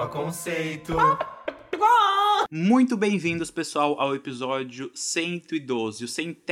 Conceito. Muito bem-vindos, pessoal, ao episódio 112, o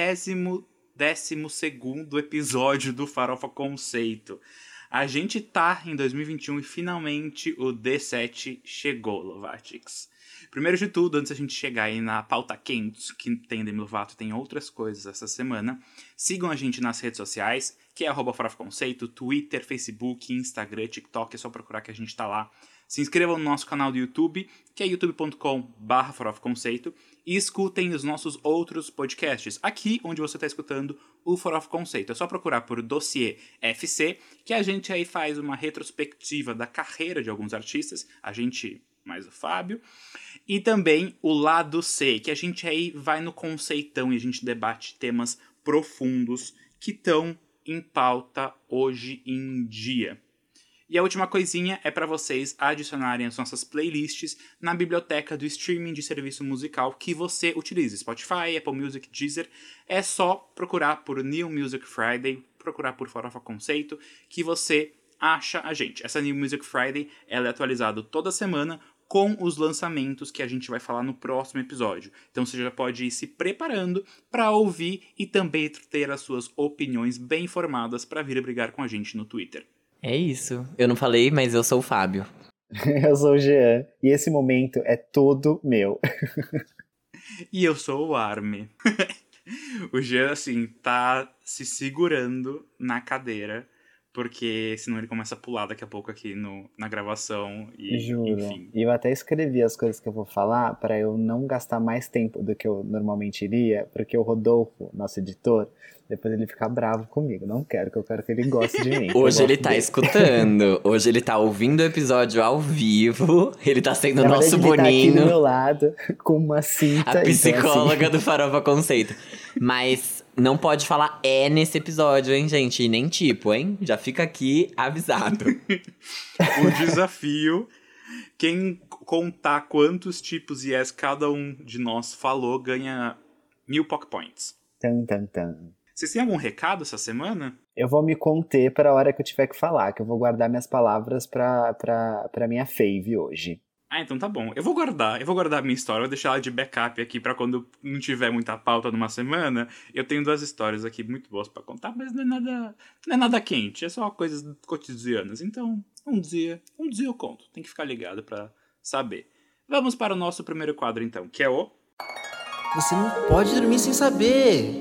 112º episódio do Farofa Conceito. A gente tá em 2021 e finalmente o D7 chegou, Lovatics. Primeiro de tudo, antes da gente chegar aí na pauta quente, que tem Demi Lovato e tem outras coisas essa semana, sigam a gente nas redes sociais, que é @farofaconceito, Twitter, Facebook, Instagram, TikTok, é só procurar que a gente tá lá. Se inscrevam no nosso canal do YouTube, que é youtube.com/farofaconceito, e escutem os nossos outros podcasts, aqui onde você está escutando o Farofa Conceito. É só procurar por Dossiê FC, que a gente aí faz uma retrospectiva da carreira de alguns artistas, a gente mais o Fábio, e também o Lado C, que a gente aí vai no conceitão e a gente debate temas profundos que estão em pauta hoje em dia. E a última coisinha é para vocês adicionarem as nossas playlists na biblioteca do streaming de serviço musical que você utilize. Spotify, Apple Music, Deezer. É só procurar por New Music Friday, procurar por Farofa Conceito, que você acha a gente. Essa New Music Friday ela é atualizada toda semana com os lançamentos que a gente vai falar no próximo episódio. Então você já pode ir se preparando para ouvir e também ter as suas opiniões bem informadas para vir brigar com a gente no Twitter. É isso. Eu não falei, mas eu sou o Fábio. Eu sou o Jean. E esse momento é todo meu. E eu sou o Arme. O Jean, assim, tá se segurando na cadeira, porque senão ele começa a pular daqui a pouco aqui na gravação. E, Juro. enfim. E eu até escrevi as coisas que eu vou falar para eu não gastar mais tempo do que eu normalmente iria, porque o Rodolfo, nosso editor, depois ele fica bravo comigo. Não quero, que eu quero que ele goste de mim. Hoje ele tá escutando. Hoje ele tá ouvindo o episódio ao vivo. Ele tá sendo o nosso boninho. Ele tá aqui do meu lado, com uma cinta. A psicóloga então, assim... do Farofa Conceito. Mas não pode falar nesse episódio, hein, gente? E nem tipo, hein? Já fica aqui avisado. O desafio, quem contar quantos tipos e cada um de nós falou, ganha 1000 Pock Points. Tan, tan, tan. Vocês têm algum recado essa semana? Eu vou me conter para a hora que eu tiver que falar, que eu vou guardar minhas palavras pra minha fave hoje. Ah, então tá bom. Eu vou guardar a minha história, vou deixar ela de backup aqui pra quando não tiver muita pauta numa semana. Eu tenho 2 histórias aqui muito boas pra contar, mas não é nada quente, é só coisas cotidianas. Então, um dia eu conto. Tem que ficar ligado pra saber. Vamos para o nosso primeiro quadro então, que é o... Você não pode dormir sem saber.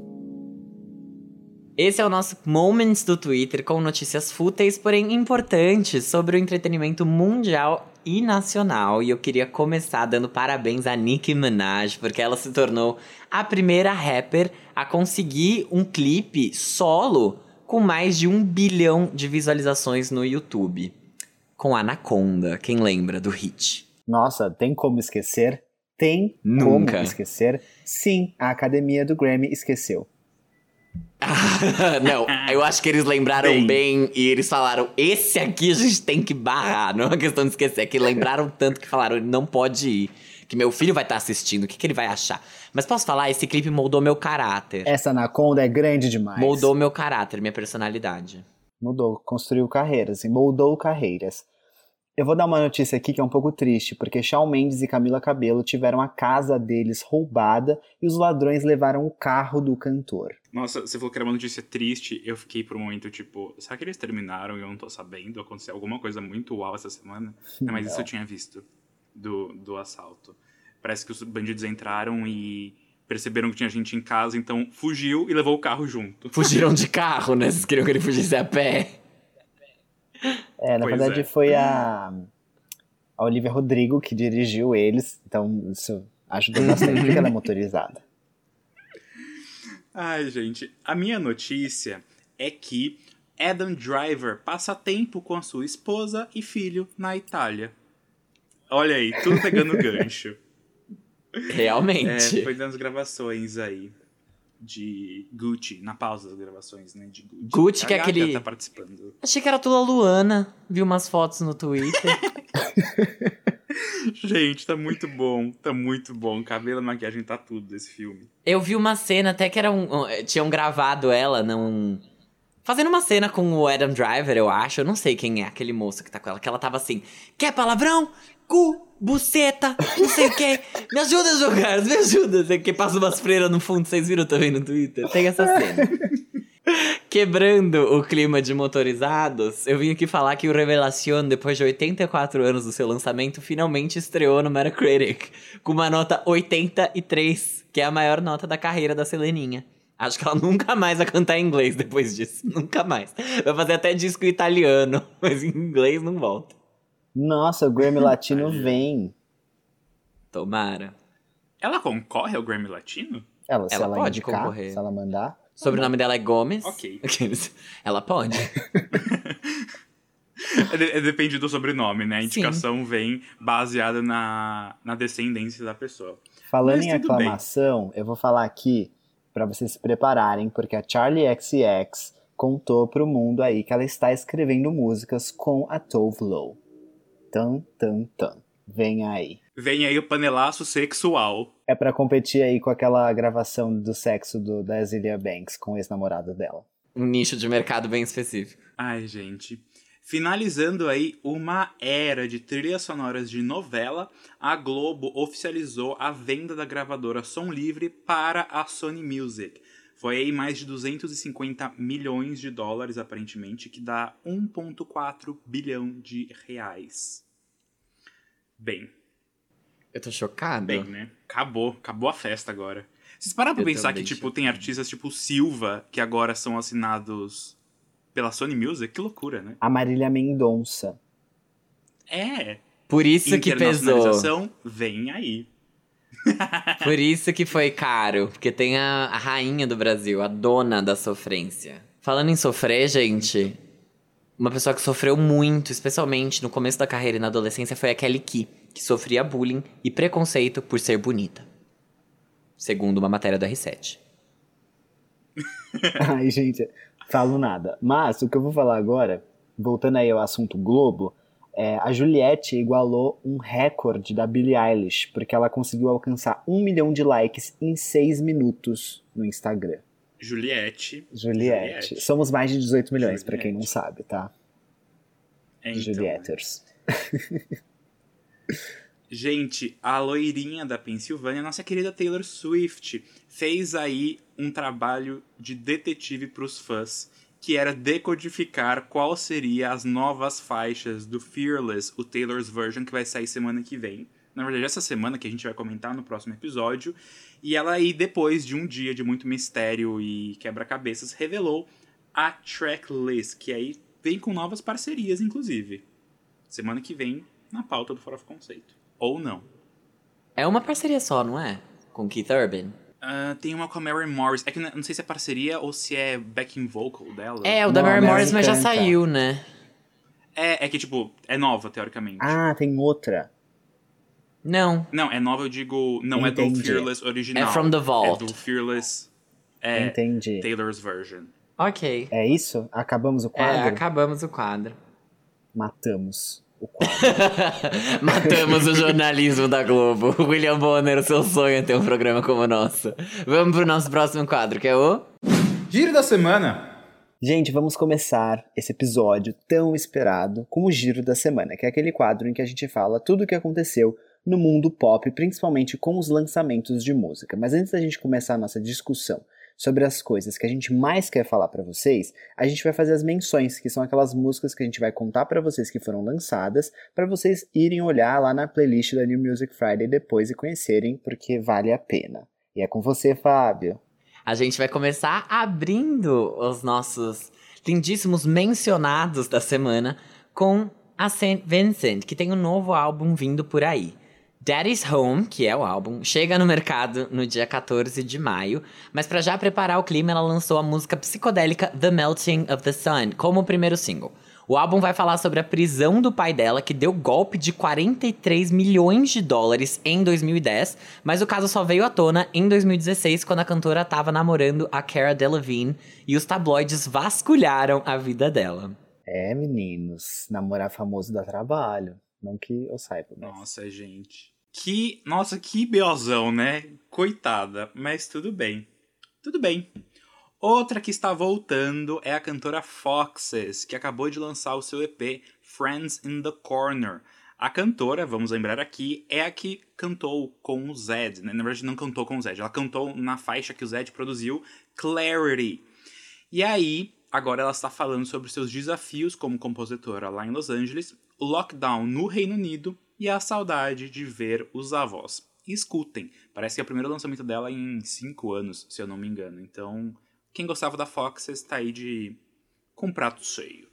Esse é o nosso Moments do Twitter, com notícias fúteis, porém importantes, sobre o entretenimento mundial e nacional. E eu queria começar dando parabéns a Nicki Minaj, porque ela se tornou a primeira rapper a conseguir um clipe solo com mais de 1 bilhão de visualizações no YouTube. Com Anaconda, quem lembra do hit? Nossa, tem como esquecer? Tem Nunca. Como esquecer? Sim, a Academia do Grammy esqueceu. Não, eu acho que eles lembraram bem e eles falaram, esse aqui a gente tem que barrar. Não é uma questão de esquecer, é que lembraram tanto que falaram, ele não pode ir, que meu filho vai estar assistindo, o que ele vai achar? Mas posso falar, esse clipe moldou meu caráter. Essa Anaconda é grande demais. Moldou meu caráter, minha personalidade. Mudou, construiu carreiras e moldou carreiras. Eu vou dar uma notícia aqui que é um pouco triste, porque Shawn Mendes e Camila Cabello tiveram a casa deles roubada e os ladrões levaram o carro do cantor. Nossa, você falou que era uma notícia triste, eu fiquei por um momento tipo, será que eles terminaram e eu não tô sabendo? Aconteceu alguma coisa muito uau essa semana? Não, mas isso eu tinha visto do assalto. Parece que os bandidos entraram e perceberam que tinha gente em casa, então fugiu e levou o carro junto. Fugiram de carro, né? Vocês queriam que ele fugisse a pé. Na verdade foi a Olivia Rodrigo que dirigiu eles, então isso ajudou bastante, porque ela é motorizada. Ai, gente, a minha notícia é que Adam Driver passa tempo com a sua esposa e filho na Itália. Olha aí, tudo pegando gancho. Realmente. Foi dando as gravações aí de Gucci, na pausa das gravações, né, de Gucci. Gucci, que é A Gaga aquele... tá participando. Achei que era tudo a Luana. Vi umas fotos no Twitter. Gente, tá muito bom. Cabelo, maquiagem, tá tudo desse filme. Eu vi uma cena até que era tinham gravado ela Fazendo uma cena com o Adam Driver, eu acho. Eu não sei quem é aquele moço que tá com ela. Que ela tava assim, quer palavrão? Cu, buceta, não sei o quê. Me ajuda, João Carlos, me ajuda. Sei que passa umas freiras no fundo, vocês viram também no Twitter? Tem essa cena. Quebrando o clima de motorizados, eu vim aqui falar que o Revelación, depois de 84 anos do seu lançamento, finalmente estreou no Metacritic, com uma nota 83, que é a maior nota da carreira da Seleninha. Acho que ela nunca mais vai cantar em inglês depois disso, nunca mais. Vai fazer até disco italiano, mas em inglês não volta. Nossa, o Grammy Latino vem. Tomara. Ela concorre ao Grammy Latino? Se ela pode indicar, concorrer. se ela mandar. O sobrenome dela é Gomes. Ok. Ela pode. Depende do sobrenome, né? A indicação vem baseada na descendência da pessoa. Falando Mas em tudo bem. aclamação, eu vou falar aqui pra vocês se prepararem, porque a Charli XCX contou pro mundo aí que ela está escrevendo músicas com a Tove Lo. Tan, tan, tan. Vem aí. Vem aí o panelaço sexual. É pra competir aí com aquela gravação do sexo da Azealia Banks com o ex-namorado dela. Um nicho de mercado bem específico. Ai, gente. Finalizando aí uma era de trilhas sonoras de novela, a Globo oficializou a venda da gravadora Som Livre para a Sony Music. Foi aí mais de 250 milhões de dólares, aparentemente, que dá 1,4 bilhão de reais. Bem, Eu tô chocado. bem, né? Acabou a festa agora. Vocês pararam pra Eu pensar que, também tipo, chocado. tem artistas tipo Silva, que agora são assinados pela Sony Music? Que loucura, né? A Marília Mendonça. É. Por isso que pesou. Internacionalização vem aí. Por isso que foi caro. Porque tem a rainha do Brasil, a dona da sofrência. Falando em sofrer, gente, uma pessoa que sofreu muito, especialmente no começo da carreira e na adolescência, foi a Kelly Key, que sofria bullying e preconceito por ser bonita. Segundo uma matéria do R7. Ai, gente, falo nada. Mas o que eu vou falar agora, voltando aí ao assunto Globo, a Juliette igualou um recorde da Billie Eilish, porque ela conseguiu alcançar 1 milhão de likes em 6 minutos no Instagram. Juliette. Somos mais de 18 milhões, pra quem não Juliette. sabe, tá? Então, Julietters. gente, a loirinha da Pensilvânia, nossa querida Taylor Swift, fez aí um trabalho de detetive pros fãs, que era decodificar qual seria as novas faixas do Fearless, o Taylor's Version, que vai sair semana que vem. Na verdade, essa semana, que a gente vai comentar no próximo episódio. E ela aí, depois de um dia de muito mistério e quebra-cabeças, revelou a tracklist, que aí vem com novas parcerias, inclusive. Semana que vem, na pauta do Fora of Conceito. Ou não. É uma parceria só, não é? Com Keith Urban. Tem uma com a Mary Morris. É que não sei se é parceria ou se é backing vocal dela. É, o da Não, Mary a Mary Morris, mas já canta. saiu, né? É que, tipo, é nova, teoricamente. Ah, tem outra. Não. Não, é nova, eu digo, não é do Entendi. Fearless original. É From the Vault. É do Fearless Entendi. Taylor's Version. Ok. É isso? Acabamos o quadro? Acabamos o quadro. Matamos o quadro. Matamos o jornalismo da Globo. William Bonner, o seu sonho é ter um programa como o nosso. Vamos pro nosso próximo quadro, que é o... Giro da semana. Gente, vamos começar esse episódio tão esperado com o Giro da Semana, que é aquele quadro em que a gente fala tudo o que aconteceu no mundo pop, principalmente com os lançamentos de música. Mas antes da gente começar a nossa discussão sobre as coisas que a gente mais quer falar pra vocês, a gente vai fazer as menções, que são aquelas músicas que a gente vai contar pra vocês que foram lançadas, pra vocês irem olhar lá na playlist da New Music Friday depois e conhecerem, porque vale a pena. E é com você, Fábio. A gente vai começar abrindo os nossos lindíssimos mencionados da semana com a St. Vincent, que tem um novo álbum vindo por aí. Daddy's Home, que é o álbum, chega no mercado no dia 14 de maio, mas para já preparar o clima, ela lançou a música psicodélica The Melting of the Sun como o primeiro single. O álbum vai falar sobre a prisão do pai dela, que deu golpe de 43 milhões de dólares em 2010, mas o caso só veio à tona em 2016, quando a cantora estava namorando a Cara Delevingne e os tabloides vasculharam a vida dela. É, meninos, namorar famoso dá trabalho. Não que eu saiba, mas... Nossa, gente. Que BOzão, né? Coitada. Mas tudo bem. Tudo bem. Outra que está voltando é a cantora Foxes, que acabou de lançar o seu EP Friends in the Corner. A cantora, vamos lembrar aqui, é a que cantou com o Zedd, né? Na verdade, não cantou com o Zedd, ela cantou na faixa que o Zedd produziu, Clarity. E aí, agora ela está falando sobre seus desafios como compositora lá em Los Angeles, o lockdown no Reino Unido e a saudade de ver os avós. E escutem, parece que é o primeiro lançamento dela em 5 anos, se eu não me engano. Então, quem gostava da Foxes está aí com prato cheio.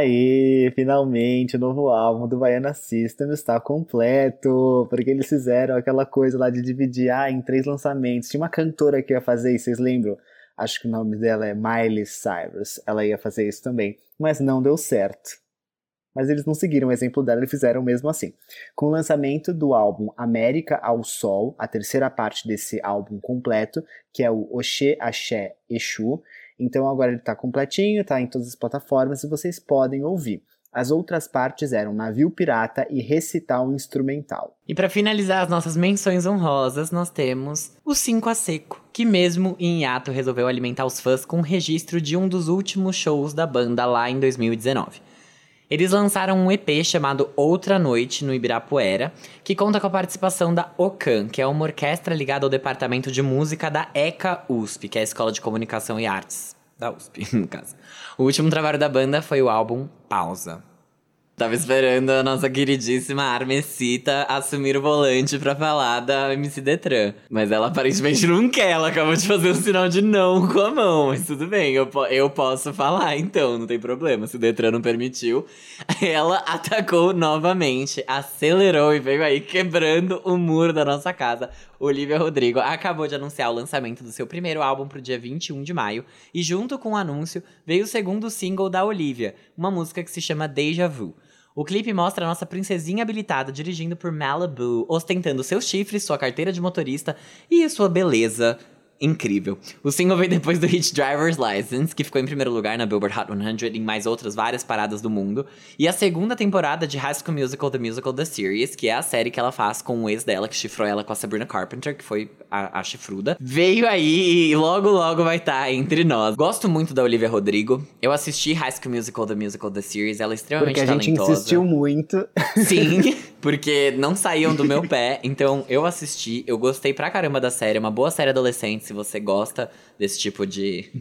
Aí, finalmente, o novo álbum do Baiana System está completo, porque eles fizeram aquela coisa lá de dividir em 3 lançamentos. Tinha uma cantora que ia fazer isso, vocês lembram? Acho que o nome dela é Miley Cyrus. Ela ia fazer isso também, mas não deu certo. Mas eles não seguiram o exemplo dela, eles fizeram mesmo assim. Com o lançamento do álbum América ao Sol, a terceira parte desse álbum completo, que é o Oxê, Axé, Exu. Então agora ele tá completinho, tá em todas as plataformas e vocês podem ouvir. As outras partes eram Navio Pirata e Recital Instrumental. E para finalizar as nossas menções honrosas, nós temos o 5 a Seco, que mesmo em hiato resolveu alimentar os fãs com um registro de um dos últimos shows da banda lá em 2019. Eles lançaram um EP chamado Outra Noite no Ibirapuera, que conta com a participação da OCAM, que é uma orquestra ligada ao departamento de música da ECA USP, que é a Escola de Comunicação e Artes da USP, no caso. O último trabalho da banda foi o álbum Pausa. Tava esperando a nossa queridíssima Armecita assumir o volante pra falar da MC Detran. Mas ela aparentemente não quer, ela acabou de fazer um sinal de não com a mão. Mas tudo bem, eu posso falar então, não tem problema. Se o Detran não permitiu, ela atacou novamente, acelerou e veio aí quebrando o muro da nossa casa. Olivia Rodrigo acabou de anunciar o lançamento do seu primeiro álbum pro dia 21 de maio. E junto com o anúncio, veio o segundo single da Olivia, uma música que se chama Deja Vu. O clipe mostra a nossa princesinha habilitada dirigindo por Malibu, ostentando seus chifres, sua carteira de motorista e sua beleza incrível. O single veio depois do hit Driver's License, que ficou em primeiro lugar na Billboard Hot 100 e em mais outras várias paradas do mundo. E a segunda temporada de High School Musical, The Musical, The Series, que é a série que ela faz com o ex dela, que chifrou ela com a Sabrina Carpenter, que foi a chifruda. Veio aí e logo logo vai estar entre nós. Gosto muito da Olivia Rodrigo. Eu assisti High School Musical, The Musical, The Series. Ela é extremamente talentosa. Porque a gente insistiu muito. Sim, porque não saíam do meu pé. Então eu assisti, eu gostei pra caramba da série. É uma boa série adolescente, se você gosta desse tipo de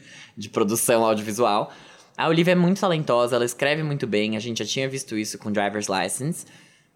produção audiovisual. A Olivia é muito talentosa, ela escreve muito bem. A gente já tinha visto isso com Driver's License.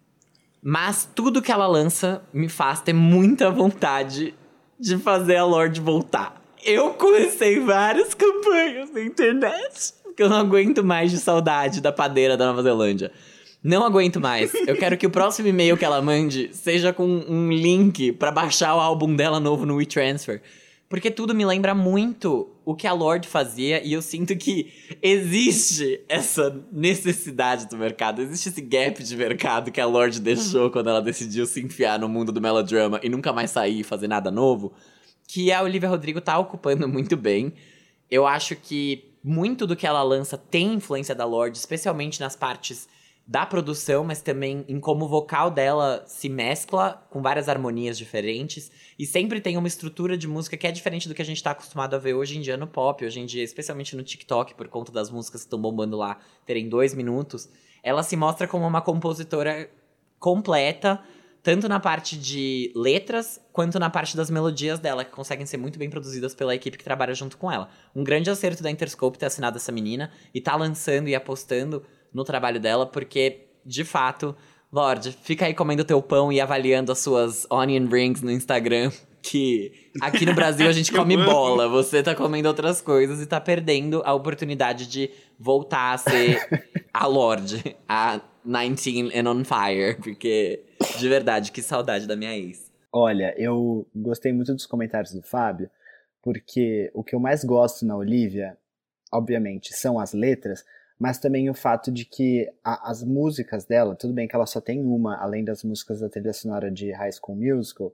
Mas tudo que ela lança me faz ter muita vontade de fazer a Lorde voltar. Eu comecei várias campanhas na internet, porque eu não aguento mais de saudade da padeira da Nova Zelândia. Não aguento mais. Eu quero que o próximo e-mail que ela mande seja com um link pra baixar o álbum dela novo no WeTransfer. Porque tudo me lembra muito o que a Lorde fazia e eu sinto que existe essa necessidade do mercado. Existe esse gap de mercado que a Lorde deixou quando ela decidiu se enfiar no mundo do melodrama e nunca mais sair e fazer nada novo. Que a Olivia Rodrigo tá ocupando muito bem. Eu acho que muito do que ela lança tem influência da Lorde, especialmente nas partes da produção, mas também em como o vocal dela se mescla com várias harmonias diferentes. E sempre tem uma estrutura de música que é diferente do que a gente tá acostumado a ver hoje em dia no pop. Hoje em dia, especialmente no TikTok, por conta das músicas que estão bombando lá terem 2 minutos. Ela se mostra como uma compositora completa, tanto na parte de letras, quanto na parte das melodias dela, que conseguem ser muito bem produzidas pela equipe que trabalha junto com ela. Um grande acerto da Interscope ter assinado essa menina e tá lançando e apostando no trabalho dela, porque, de fato, Lorde, fica aí comendo teu pão e avaliando as suas onion rings no Instagram, que aqui no Brasil a gente come bola, você tá comendo outras coisas e tá perdendo a oportunidade de voltar a ser a Lorde, a 19 and on fire, porque, de verdade, que saudade da minha ex. Olha, eu gostei muito dos comentários do Fábio, porque o que eu mais gosto na Olivia, obviamente, são as letras, mas também o fato de que as músicas dela, tudo bem que ela só tem uma, além das músicas da trilha sonora de High School Musical,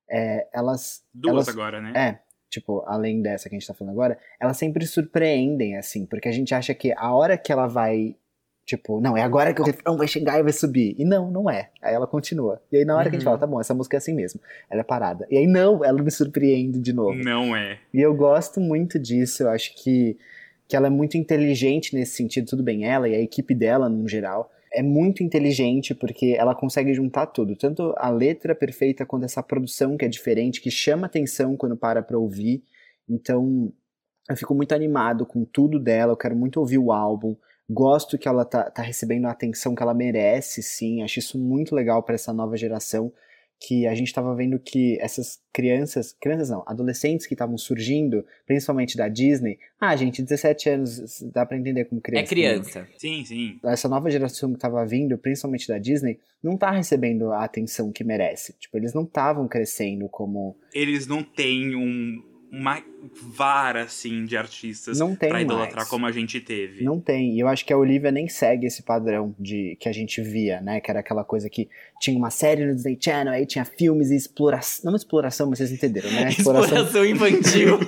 Duas agora, né? Tipo, além dessa que a gente tá falando agora, elas sempre surpreendem, assim, porque a gente acha que a hora que ela vai Tipo, não, é agora que o refrão vai chegar e vai subir. E não é. Aí ela continua. E aí na hora que a gente fala, tá bom, essa música é assim mesmo. Ela é parada. E aí não, ela me surpreende de novo. Não é. E eu gosto muito disso. Eu acho que ela é muito inteligente nesse sentido. Tudo bem, ela e a equipe dela, no geral, é muito inteligente porque ela consegue juntar tudo. Tanto a letra perfeita quanto essa produção que é diferente, que chama atenção quando para pra ouvir. Então, eu fico muito animado com tudo dela. Eu quero muito ouvir o álbum. Gosto que ela tá recebendo a atenção que ela merece, sim. Acho isso muito legal para essa nova geração, que a gente tava vendo que essas crianças não, adolescentes que estavam surgindo, principalmente da Disney, gente, 17 anos, dá pra entender como criança. É criança. Né? Sim. Essa nova geração que tava vindo, principalmente da Disney, não tá recebendo a atenção que merece. Tipo, eles não estavam crescendo como... Eles não têm uma vara, assim, de artistas não tem pra idolatrar mais. como a gente teve. Não tem. E eu acho que a Olivia nem segue esse padrão que a gente via, né? Que era aquela coisa que tinha uma série no Disney Channel, aí tinha filmes e exploração. Não exploração, mas vocês entenderam, né? Exploração infantil.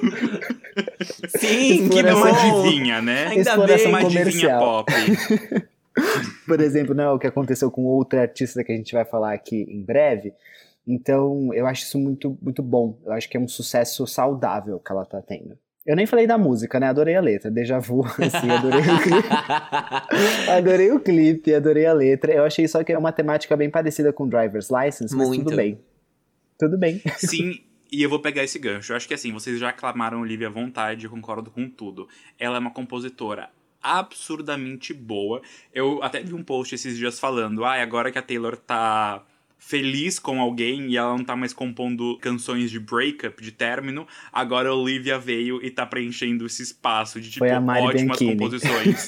Sim, que É bom. uma divinha, né? Ainda Exploração Uma divinha comercial. pop. Por exemplo, né, o que aconteceu com outra artista que a gente vai falar aqui em breve. Então, eu acho isso muito, muito bom. Eu acho que é um sucesso saudável que ela tá tendo. Eu nem falei da música, né? Adorei a letra. Déjà vu, assim, adorei o clipe. Adorei o clipe, adorei a letra. Eu achei só que é uma temática bem parecida com Driver's License, mas Muito. tudo bem. Tudo bem. Sim, e eu vou pegar esse gancho. Eu acho que assim, vocês já aclamaram Olivia à vontade, eu concordo com tudo. Ela é uma compositora absurdamente boa. Eu até vi um post esses dias falando, agora que a Taylor tá feliz com alguém e ela não tá mais compondo canções de breakup, de término, agora a Olivia veio e tá preenchendo esse espaço de, tipo, Foi a Mari ótimas Bianchini. composições.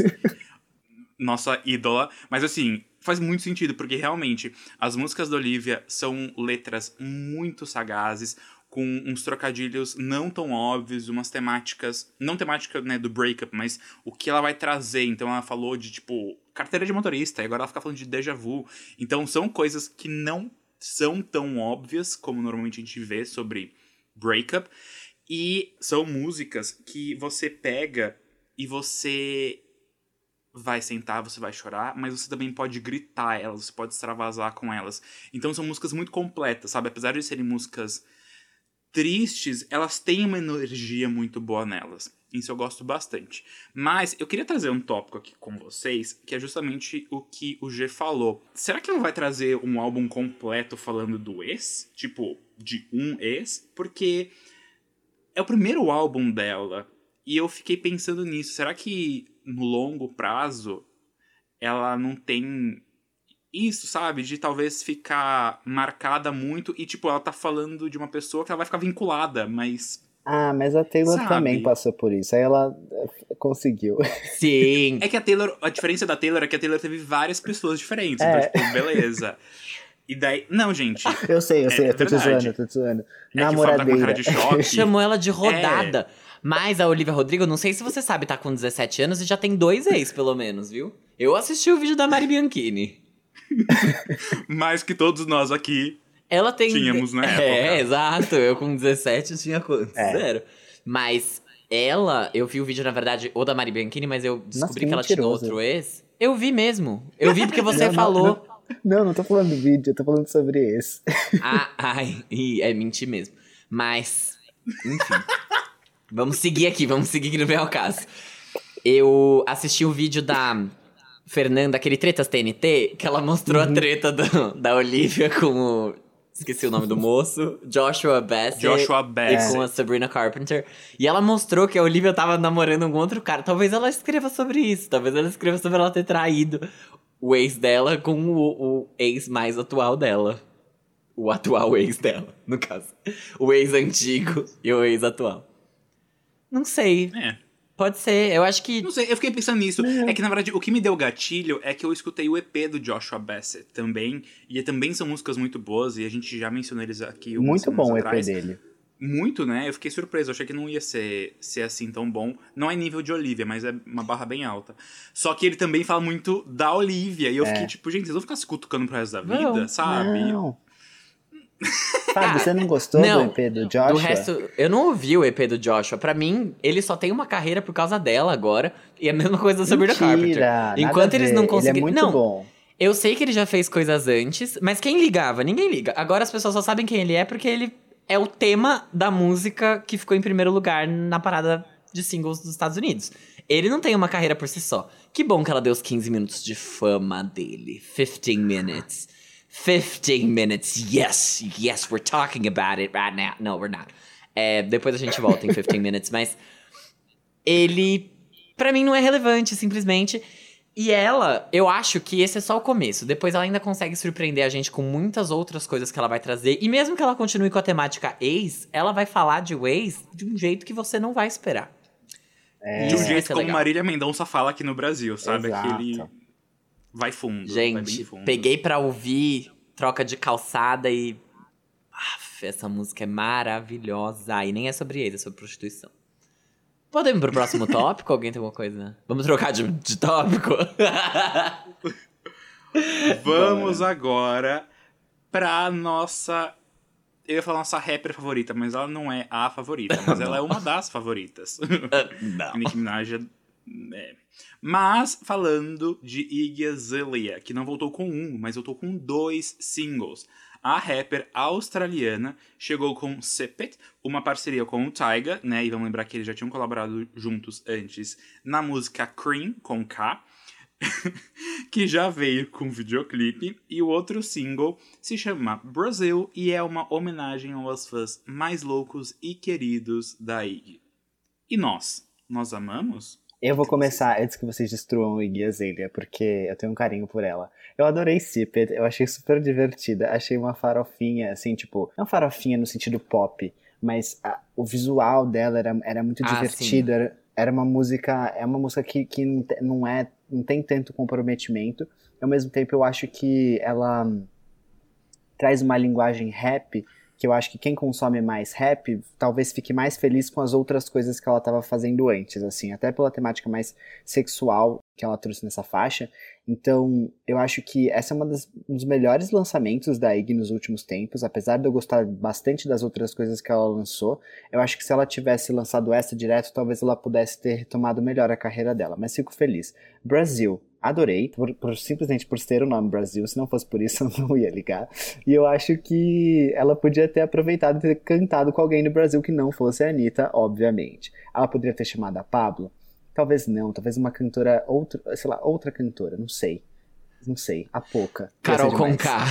Nossa ídola. Mas assim, faz muito sentido, porque realmente as músicas da Olivia são letras muito sagazes, com uns trocadilhos não tão óbvios, umas temáticas, não temática, né, do breakup, mas o que ela vai trazer. Então ela falou de, tipo, carteira de motorista, e agora ela fica falando de déjà vu. Então são coisas que não são tão óbvias, como normalmente a gente vê sobre breakup, e são músicas que você pega e você vai sentar, você vai chorar, mas você também pode gritar elas, você pode extravasar com elas. Então são músicas muito completas, sabe? Apesar de serem músicas tristes, elas têm uma energia muito boa nelas. Isso eu gosto bastante. Mas eu queria trazer um tópico aqui com vocês, que é justamente o que o G falou. Será que ela vai trazer um álbum completo falando do ex? Tipo, de um ex? Porque é o primeiro álbum dela. E eu fiquei pensando nisso. Será que no longo prazo ela não tem isso, sabe? De talvez ficar marcada muito e, tipo, ela tá falando de uma pessoa que ela vai ficar vinculada, mas... Mas a Taylor Sabe? também passou por isso. Aí ela conseguiu. Sim. É que a diferença da Taylor é que a Taylor teve várias pessoas diferentes. Então, tipo, beleza. E daí... Não, gente. Eu sei, eu tô te verdade. zoando, tô te zoando. É que o Fábio tá com cara Namoradeira. de choque. Chamou ela de rodada. Mas a Olivia Rodrigo, não sei se você sabe, tá com 17 anos e já tem 2 ex, pelo menos, viu? Eu assisti o vídeo da Mari Bianchini. Mais que todos nós aqui Ela tem... tínhamos na época. Exato. Eu com 17 tinha quanto? Zero. Mas ela... Eu vi o vídeo, na verdade, o da Mari Bianchini, mas eu descobri que que ela tinha mentiroso. outro ex. Eu vi mesmo. Eu vi porque você Não, falou. Não tô falando do vídeo, eu tô falando sobre esse. É mentir mesmo. Mas, enfim. Vamos seguir aqui que não vem ao caso. Eu assisti o vídeo da Fernanda, aquele Tretas TNT, que ela mostrou a treta da Olivia com o... Esqueci o nome do moço. Joshua Bassett. E com a Sabrina Carpenter. E ela mostrou que a Olivia tava namorando um outro cara. Talvez ela escreva sobre isso. Talvez ela escreva sobre ela ter traído o ex dela com o ex mais atual dela. O atual ex dela, no caso. O ex antigo e o ex atual. Não sei. Pode ser, eu acho que... Não sei, eu fiquei pensando nisso. É que, na verdade, o que me deu gatilho é que eu escutei o EP do Joshua Bassett também. E também são músicas muito boas, e a gente já mencionou eles aqui Muito bom o EP atrás. dele. Muito, né? Eu fiquei surpreso, eu achei que não ia ser assim tão bom. Não é nível de Olivia, mas é uma barra bem alta. Só que ele também fala muito da Olivia. E eu fiquei tipo, gente, vocês vão ficar se cutucando pro resto da vida, sabe? Não. Fábio, você não gostou Não, do EP do Joshua? Do resto, eu não ouvi o EP do Joshua. Pra mim, ele só tem uma carreira por causa dela agora. E a mesma coisa do Sabrina Carpenter. Mentira, Enquanto nada a eles ver. não Ele é conseguiram. muito Não, bom. eu sei que ele já fez coisas antes, mas quem ligava? Ninguém liga. Agora as pessoas só sabem quem ele é porque ele é o tema da música que ficou em primeiro lugar na parada de singles dos Estados Unidos. Ele não tem uma carreira por si só. Que bom que ela deu os 15 minutos de fama dele. 15 minutes. 15 minutes. Yes, yes, we're talking about it right now. No, we're not. Depois a gente volta em 15 minutes, mas ele, pra mim, não é relevante, simplesmente. E ela, eu acho que esse é só o começo. Depois ela ainda consegue surpreender a gente com muitas outras coisas que ela vai trazer. E mesmo que ela continue com a temática ex, ela vai falar de ex de um jeito que você não vai esperar. De um Isso vai jeito ser como legal. Marília Mendonça fala aqui no Brasil, sabe? Exato. Aquele vai fundo, vai bem Gente, fundo. peguei pra ouvir Troca de Calçada e... essa música é maravilhosa. E nem é sobre ex, é sobre prostituição. Podemos ir pro próximo tópico? Alguém tem alguma coisa? Vamos trocar de tópico? Vamos agora pra nossa... Eu ia falar nossa rapper favorita, mas ela não é a favorita. Mas ela é uma das favoritas. Não. Nicki Minaj é. Mas, falando de Iggy Azalea, que não voltou com um, mas voltou com 2 singles. A rapper australiana chegou com Sip It, uma parceria com o Tyga, né? E vamos lembrar que eles já tinham colaborado juntos antes na música Cream, com K, que já veio com videoclipe. E o outro single se chama Brazil e é uma homenagem aos fãs mais loucos e queridos da Iggy. E nós amamos? Eu vou começar antes que vocês destruam o Iggy Azalea, porque eu tenho um carinho por ela. Eu adorei Sip It, eu achei super divertida, achei uma farofinha, assim, tipo, não farofinha no sentido pop, mas o visual dela era muito divertido, era uma música, é uma música que não tem tanto comprometimento, ao mesmo tempo eu acho que ela traz uma linguagem rap, que eu acho que quem consome mais rap talvez fique mais feliz com as outras coisas que ela estava fazendo antes, assim, até pela temática mais sexual que ela trouxe nessa faixa. Então, eu acho que essa é um dos melhores lançamentos da Iggy nos últimos tempos, apesar de eu gostar bastante das outras coisas que ela lançou. Eu acho que se ela tivesse lançado essa direto, talvez ela pudesse ter retomado melhor a carreira dela, mas fico feliz. Brasil. Adorei, simplesmente por ter o nome Brasil, se não fosse por isso eu não ia ligar. E eu acho que ela podia ter aproveitado e ter cantado com alguém no Brasil que não fosse a Anitta, obviamente. Ela poderia ter chamado a Pabllo? Talvez não, talvez uma cantora, outra cantora, não sei. Não sei, a Poca. Carol Conká.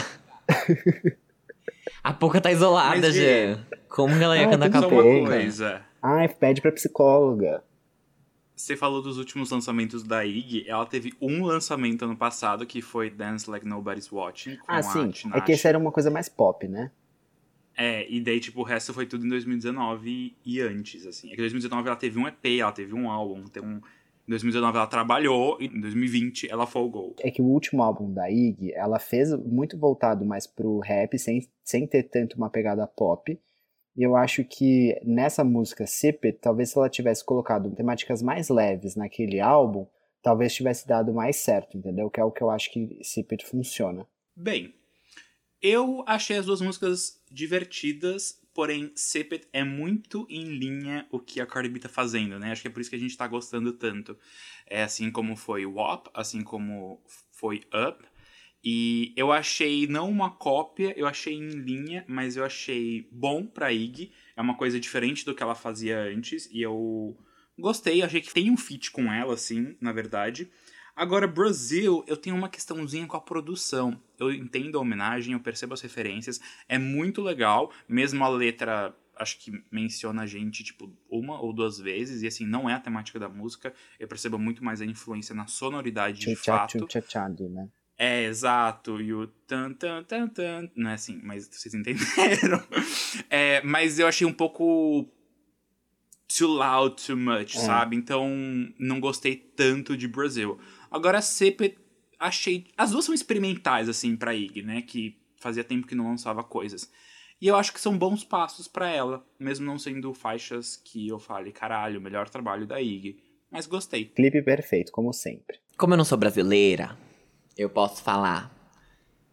A Poca tá isolada, Mas, Gê. Como que ela ia cantar com a Só Poca? uma coisa. Ai, pede pra psicóloga. Você falou dos últimos lançamentos da Iggy. Ela teve um lançamento ano passado, que foi Dance Like Nobody's Watching, com a Sim, Tinashe. é que esse era uma coisa mais pop, né? E daí, tipo, o resto foi tudo em 2019 e antes, assim. É que em 2019 ela teve um EP, ela teve um álbum, em 2019 ela trabalhou, e em 2020 ela folgou. É que o último álbum da Iggy, ela fez muito voltado mais pro rap, sem ter tanto uma pegada pop. E eu acho que nessa música Sip It, talvez se ela tivesse colocado temáticas mais leves naquele álbum, talvez tivesse dado mais certo, entendeu? Que é o que eu acho que Sip It funciona. Bem, eu achei as duas músicas divertidas, porém Sip It é muito em linha o que a Cardi B tá fazendo, né? Acho que é por isso que a gente tá gostando tanto. É assim como foi WAP, assim como foi Up. E eu achei não uma cópia, eu achei em linha, mas eu achei bom pra Iggy. É uma coisa diferente do que ela fazia antes e eu gostei, achei que tem um feat com ela, assim, na verdade. Agora, Brasil, eu tenho uma questãozinha com a produção. Eu entendo a homenagem, eu percebo as referências, é muito legal, mesmo a letra... Acho que menciona a gente, tipo, 1 ou 2 vezes. E, assim, não é a temática da música. Eu percebo muito mais a influência na sonoridade de fato. Né? É, exato. E o tan, tan, tan, tan. Não é assim, mas vocês entenderam. Mas eu achei um pouco too loud, too much, sabe? Então, não gostei tanto de Brasil. Agora, Sip It, achei... As duas são experimentais, assim, pra Iggy, né? Que fazia tempo que não lançava coisas. E eu acho que são bons passos pra ela, mesmo não sendo faixas que eu fale, caralho, o melhor trabalho da Iggy. Mas gostei. Clipe perfeito, como sempre. Como eu não sou brasileira, eu posso falar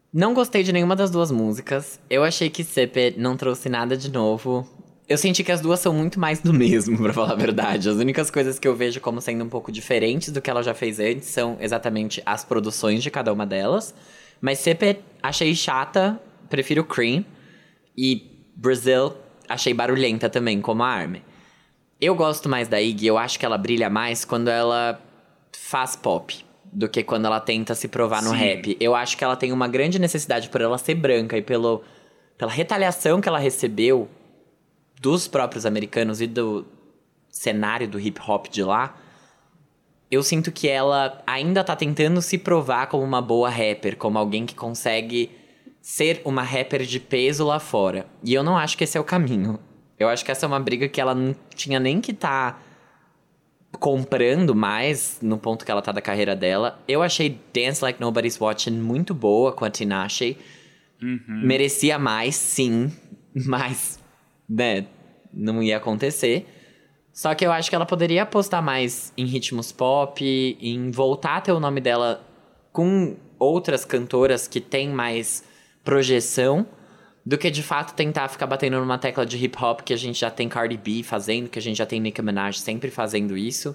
Não gostei de nenhuma das duas músicas. Eu achei que Sepe não trouxe nada de novo. Eu senti que as duas são muito mais do mesmo, pra falar a verdade. As únicas coisas que eu vejo como sendo um pouco diferentes do que ela já fez antes são exatamente as produções de cada uma delas. Mas Sepe achei chata, prefiro Cream. E Brazil achei barulhenta também, como a Army. Eu gosto mais da Iggy, eu acho que ela brilha mais quando ela faz pop do que quando ela tenta se provar no Sim. rap. Eu acho que ela tem uma grande necessidade por ela ser branca e pela retaliação que ela recebeu dos próprios americanos e do cenário do hip hop de lá. Eu sinto que ela ainda tá tentando se provar como uma boa rapper, como alguém que consegue ser uma rapper de peso lá fora. E eu não acho que esse é o caminho. Eu acho que essa é uma briga que ela não tinha nem que tá comprando mais no ponto que ela tá da carreira dela. Eu achei Dance Like Nobody's Watching muito boa com a Tinashe. Merecia mais, sim. Mas, né, não ia acontecer. Só que eu acho que ela poderia apostar mais em ritmos pop, em voltar a ter o nome dela com outras cantoras que têm mais projeção, do que de fato tentar ficar batendo numa tecla de hip hop que a gente já tem Cardi B fazendo, que a gente já tem Nicki Minaj sempre fazendo isso.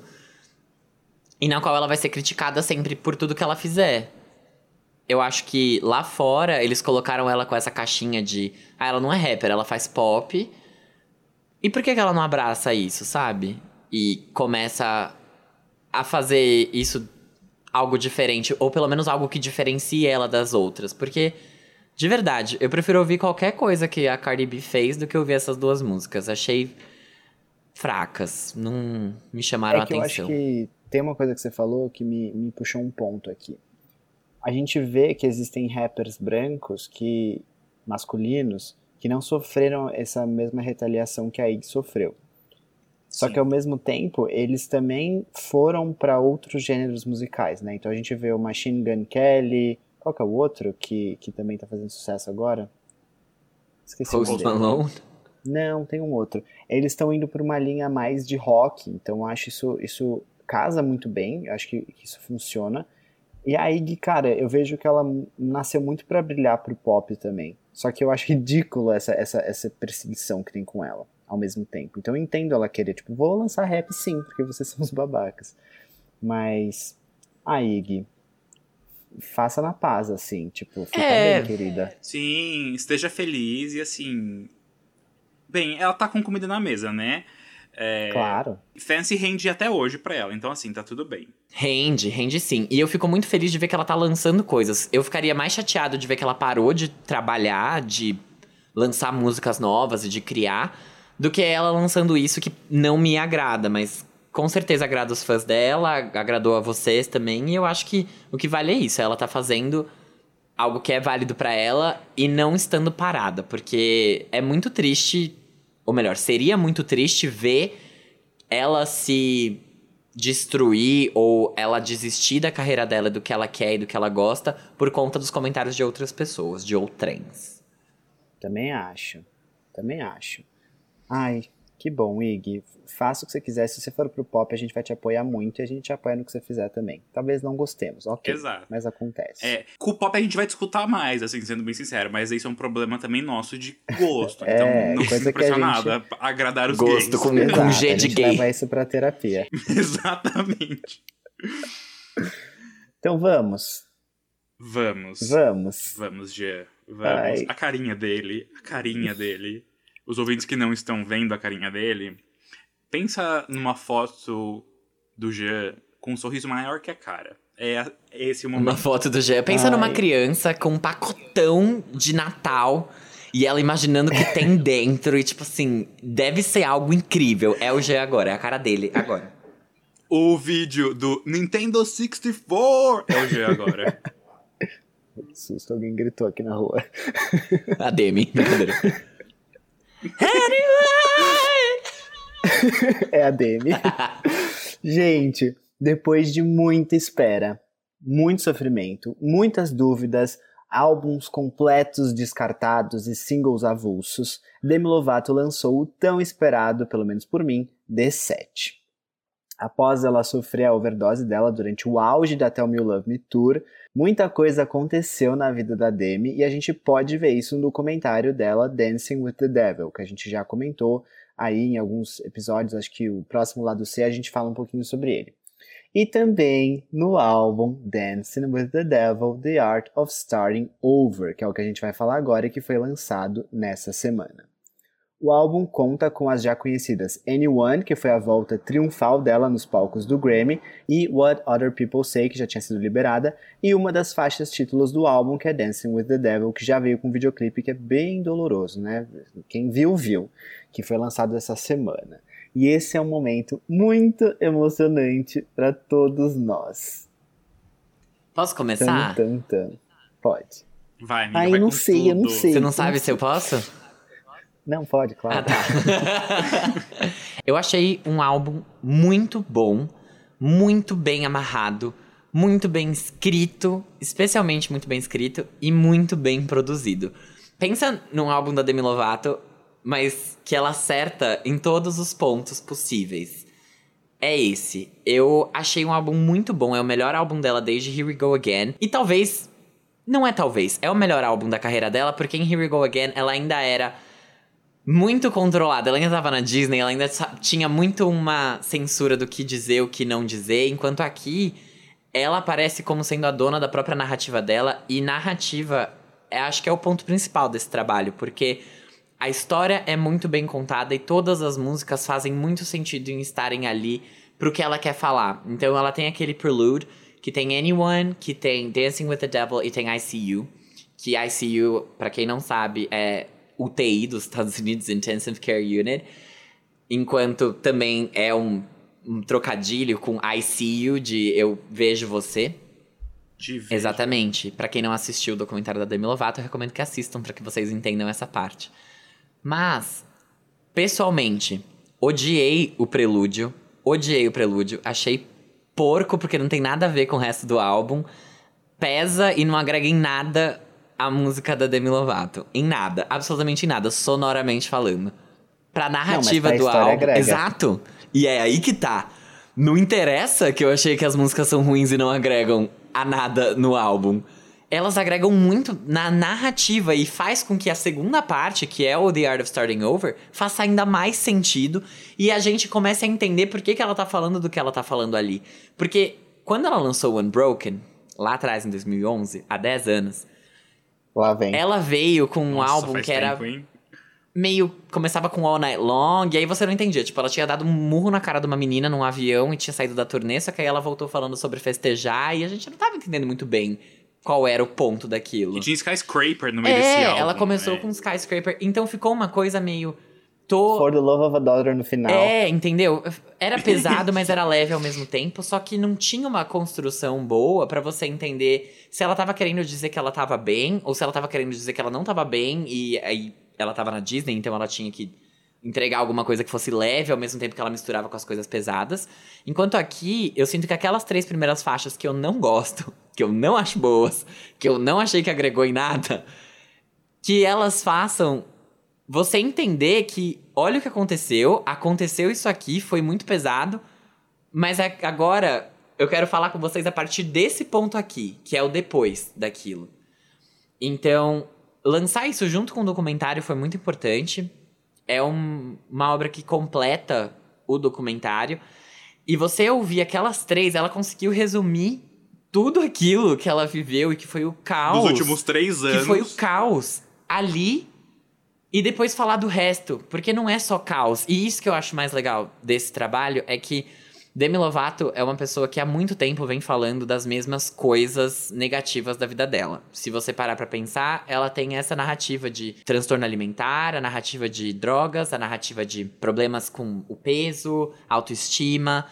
E na qual ela vai ser criticada sempre por tudo que ela fizer. Eu acho que lá fora eles colocaram ela com essa caixinha de... Ah, ela não é rapper, ela faz pop. E por que ela não abraça isso, sabe? E começa a fazer isso algo diferente, ou pelo menos algo que diferencie ela das outras. Porque, de verdade, eu prefiro ouvir qualquer coisa que a Cardi B fez do que ouvir essas duas músicas. Achei fracas, não me chamaram a É que eu atenção. acho que tem uma coisa que você falou que me puxou um ponto aqui. A gente vê que existem rappers brancos masculinos que não sofreram essa mesma retaliação que a Iggy sofreu. Só Sim. que ao mesmo tempo, eles também foram para outros gêneros musicais, né? Então a gente vê o Machine Gun Kelly, qual que é o outro que também tá fazendo sucesso agora? Esqueci o nome Post dele. Malone? Não, tem um outro. Eles estão indo por uma linha mais de rock, então eu acho isso casa muito bem, eu acho que isso funciona. E a Iggy, cara, eu vejo que ela nasceu muito pra brilhar pro pop também. Só que eu acho ridículo essa perseguição que tem com ela, ao mesmo tempo. Então eu entendo ela querer, tipo, vou lançar rap sim, porque vocês são os babacas. Mas, a Iggy, faça na paz, assim, tipo, fica bem, querida. Sim, esteja feliz e assim... Bem, ela tá com comida na mesa, né? Claro. Fancy rende até hoje pra ela, então assim, tá tudo bem. Rende sim. E eu fico muito feliz de ver que ela tá lançando coisas. Eu ficaria mais chateado de ver que ela parou de trabalhar, de lançar músicas novas e de criar, do que ela lançando isso que não me agrada, mas com certeza agrada os fãs dela, agradou a vocês também, e eu acho que o que vale é isso, ela tá fazendo algo que é válido pra ela e não estando parada, porque é muito triste, ou melhor, seria muito triste ver ela se destruir ou ela desistir da carreira dela, do que ela quer e do que ela gosta, por conta dos comentários de outras pessoas, de outrens. Também acho. Ai, que bom, Iggy. Faça o que você quiser. Se você for pro pop, a gente vai te apoiar muito e a gente te apoia no que você fizer também. Talvez não gostemos, ok. Exato. Mas acontece. Com o pop a gente vai discutir mais, assim, sendo bem sincero, mas isso é um problema também nosso de gosto. É, então não coisa fique que a pressionada a agradar os Gosto gays. com Exato, G a de gente gay. leva isso pra terapia. Exatamente. Então vamos. Vamos, Gê. Vamos. Ai. A carinha dele. Os ouvintes que não estão vendo a carinha dele, pensa numa foto do Gê com um sorriso maior que a cara. É esse o momento. Uma foto do Gê. Pensa numa Ai. criança com um pacotão de Natal e ela imaginando o que tem dentro e tipo assim, deve ser algo incrível. É o Gê agora, é a cara dele agora. O vídeo do Nintendo 64 é o Gê agora. Que susto, alguém gritou aqui na rua. A Demi, brincadeira. É a Demi. Gente, depois de muita espera, muito sofrimento, muitas dúvidas, álbuns completos descartados e singles avulsos, Demi Lovato lançou o tão esperado, pelo menos por mim, The7. Após ela sofrer a overdose dela durante o auge da Tell Me You Love Me Tour, muita coisa aconteceu na vida da Demi e a gente pode ver isso no documentário dela, Dancing with the Devil, que a gente já comentou aí em alguns episódios, acho que o próximo Lado C a gente fala um pouquinho sobre ele. E também no álbum Dancing with the Devil, The Art of Starting Over, que é o que a gente vai falar agora e que foi lançado nessa semana. O álbum conta com as já conhecidas Anyone, que foi a volta triunfal dela nos palcos do Grammy, e What Other People Say, que já tinha sido liberada, e uma das faixas títulos do álbum, que é Dancing with the Devil, que já veio com um videoclipe que é bem doloroso, né? Quem viu, viu, que foi lançado essa semana. E esse é um momento muito emocionante para todos nós. Posso começar? Pode. Vai, amiga, Ai, vai eu não com sei, tudo. eu não sei. Você não sabe se eu posso? Não, pode, claro. Ah, tá. Eu achei um álbum muito bom, muito bem amarrado, muito bem escrito, especialmente muito bem escrito e muito bem produzido. Pensa num álbum da Demi Lovato, mas que ela acerta em todos os pontos possíveis. É esse. Eu achei um álbum muito bom, é o melhor álbum dela desde Here We Go Again. E talvez, não é talvez, é o melhor álbum da carreira dela, porque em Here We Go Again ela ainda era muito controlada. Ela ainda tava na Disney, ela ainda tinha muito uma censura do que dizer, o que não dizer. Enquanto aqui, ela aparece como sendo a dona da própria narrativa dela. E narrativa, acho que é o ponto principal desse trabalho. Porque a história é muito bem contada e todas as músicas fazem muito sentido em estarem ali pro que ela quer falar. Então ela tem aquele prelude, que tem Anyone, que tem Dancing with the Devil e tem ICU. Que ICU, pra quem não sabe, é UTI dos Estados Unidos, Intensive Care Unit, enquanto também é um trocadilho com I see you, de eu vejo você. Te vejo. Exatamente. Pra quem não assistiu o documentário da Demi Lovato, eu recomendo que assistam pra que vocês entendam essa parte. Mas, pessoalmente, odiei o prelúdio, achei porco porque não tem nada a ver com o resto do álbum, pesa e não agrega em nada a música da Demi Lovato. Em nada. Absolutamente em nada. Sonoramente falando. Pra narrativa do álbum. Agrega. Exato. E é aí que tá. Não interessa que eu achei que as músicas são ruins e não agregam a nada no álbum. Elas agregam muito na narrativa e faz com que a segunda parte, que é o The Art of Starting Over, faça ainda mais sentido e a gente comece a entender por que ela tá falando do que ela tá falando ali. Porque quando ela lançou Unbroken, lá atrás em 2011, há 10 anos, lá vem. Ela veio com um álbum que era meio... Começava com All Night Long, e aí você não entendia. Tipo, ela tinha dado um murro na cara de uma menina num avião e tinha saído da turnê, só que aí ela voltou falando sobre festejar e a gente não tava entendendo muito bem qual era o ponto daquilo. E tinha Skyscraper no meio desse álbum. Ela começou com Skyscraper, então ficou uma coisa meio... For the Love of a Daughter no final. Entendeu? Era pesado, mas era leve ao mesmo tempo. Só que não tinha uma construção boa pra você entender se ela tava querendo dizer que ela tava bem, ou se ela tava querendo dizer que ela não tava bem, e aí ela tava na Disney, então ela tinha que entregar alguma coisa que fosse leve, ao mesmo tempo que ela misturava com as coisas pesadas. Enquanto aqui, eu sinto que aquelas 3 primeiras faixas que eu não gosto, que eu não acho boas, que eu não achei que agregou em nada, que elas façam você entender que, olha o que aconteceu isso aqui, foi muito pesado, mas agora eu quero falar com vocês a partir desse ponto aqui, que é o depois daquilo. Então, lançar isso junto com o documentário foi muito importante. É uma obra que completa o documentário. E você ouvir aquelas 3, ela conseguiu resumir tudo aquilo que ela viveu e que foi o caos. Dos últimos 3 anos. Que foi o caos ali. E depois falar do resto, porque não é só caos. E isso que eu acho mais legal desse trabalho é que Demi Lovato é uma pessoa que há muito tempo vem falando das mesmas coisas negativas da vida dela. Se você parar pra pensar, ela tem essa narrativa de transtorno alimentar, a narrativa de drogas, a narrativa de problemas com o peso, autoestima.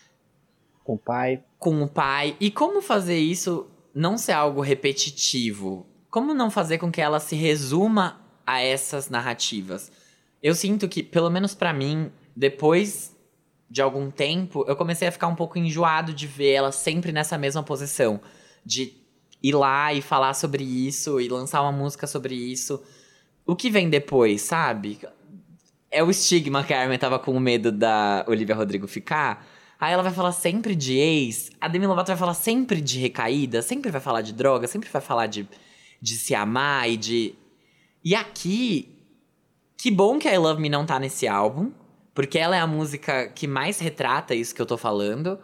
Com o pai. E como fazer isso não ser algo repetitivo? Como não fazer com que ela se resuma a essas narrativas? Eu sinto que, pelo menos pra mim, depois de algum tempo, eu comecei a ficar um pouco enjoado de ver ela sempre nessa mesma posição. De ir lá e falar sobre isso, e lançar uma música sobre isso. O que vem depois, sabe? É o estigma que a Armin tava com medo da Olivia Rodrigo ficar. Aí ela vai falar sempre de ex. A Demi Lovato vai falar sempre de recaída. Sempre vai falar de droga. Sempre vai falar de se amar e de... E aqui, que bom que a I Love Me não tá nesse álbum. Porque ela é a música que mais retrata isso que eu tô falando.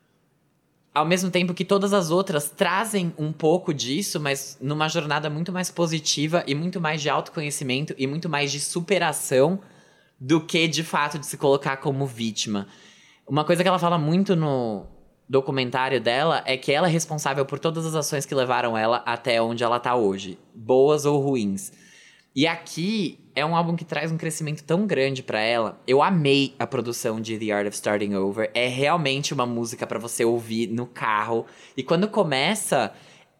Ao mesmo tempo que todas as outras trazem um pouco disso, mas numa jornada muito mais positiva e muito mais de autoconhecimento e muito mais de superação do que, de fato, de se colocar como vítima. Uma coisa que ela fala muito no documentário dela é que ela é responsável por todas as ações que levaram ela até onde ela tá hoje, boas ou ruins. E aqui é um álbum que traz um crescimento tão grande pra ela. Eu amei a produção de The Art of Starting Over. É realmente uma música pra você ouvir no carro. E quando começa,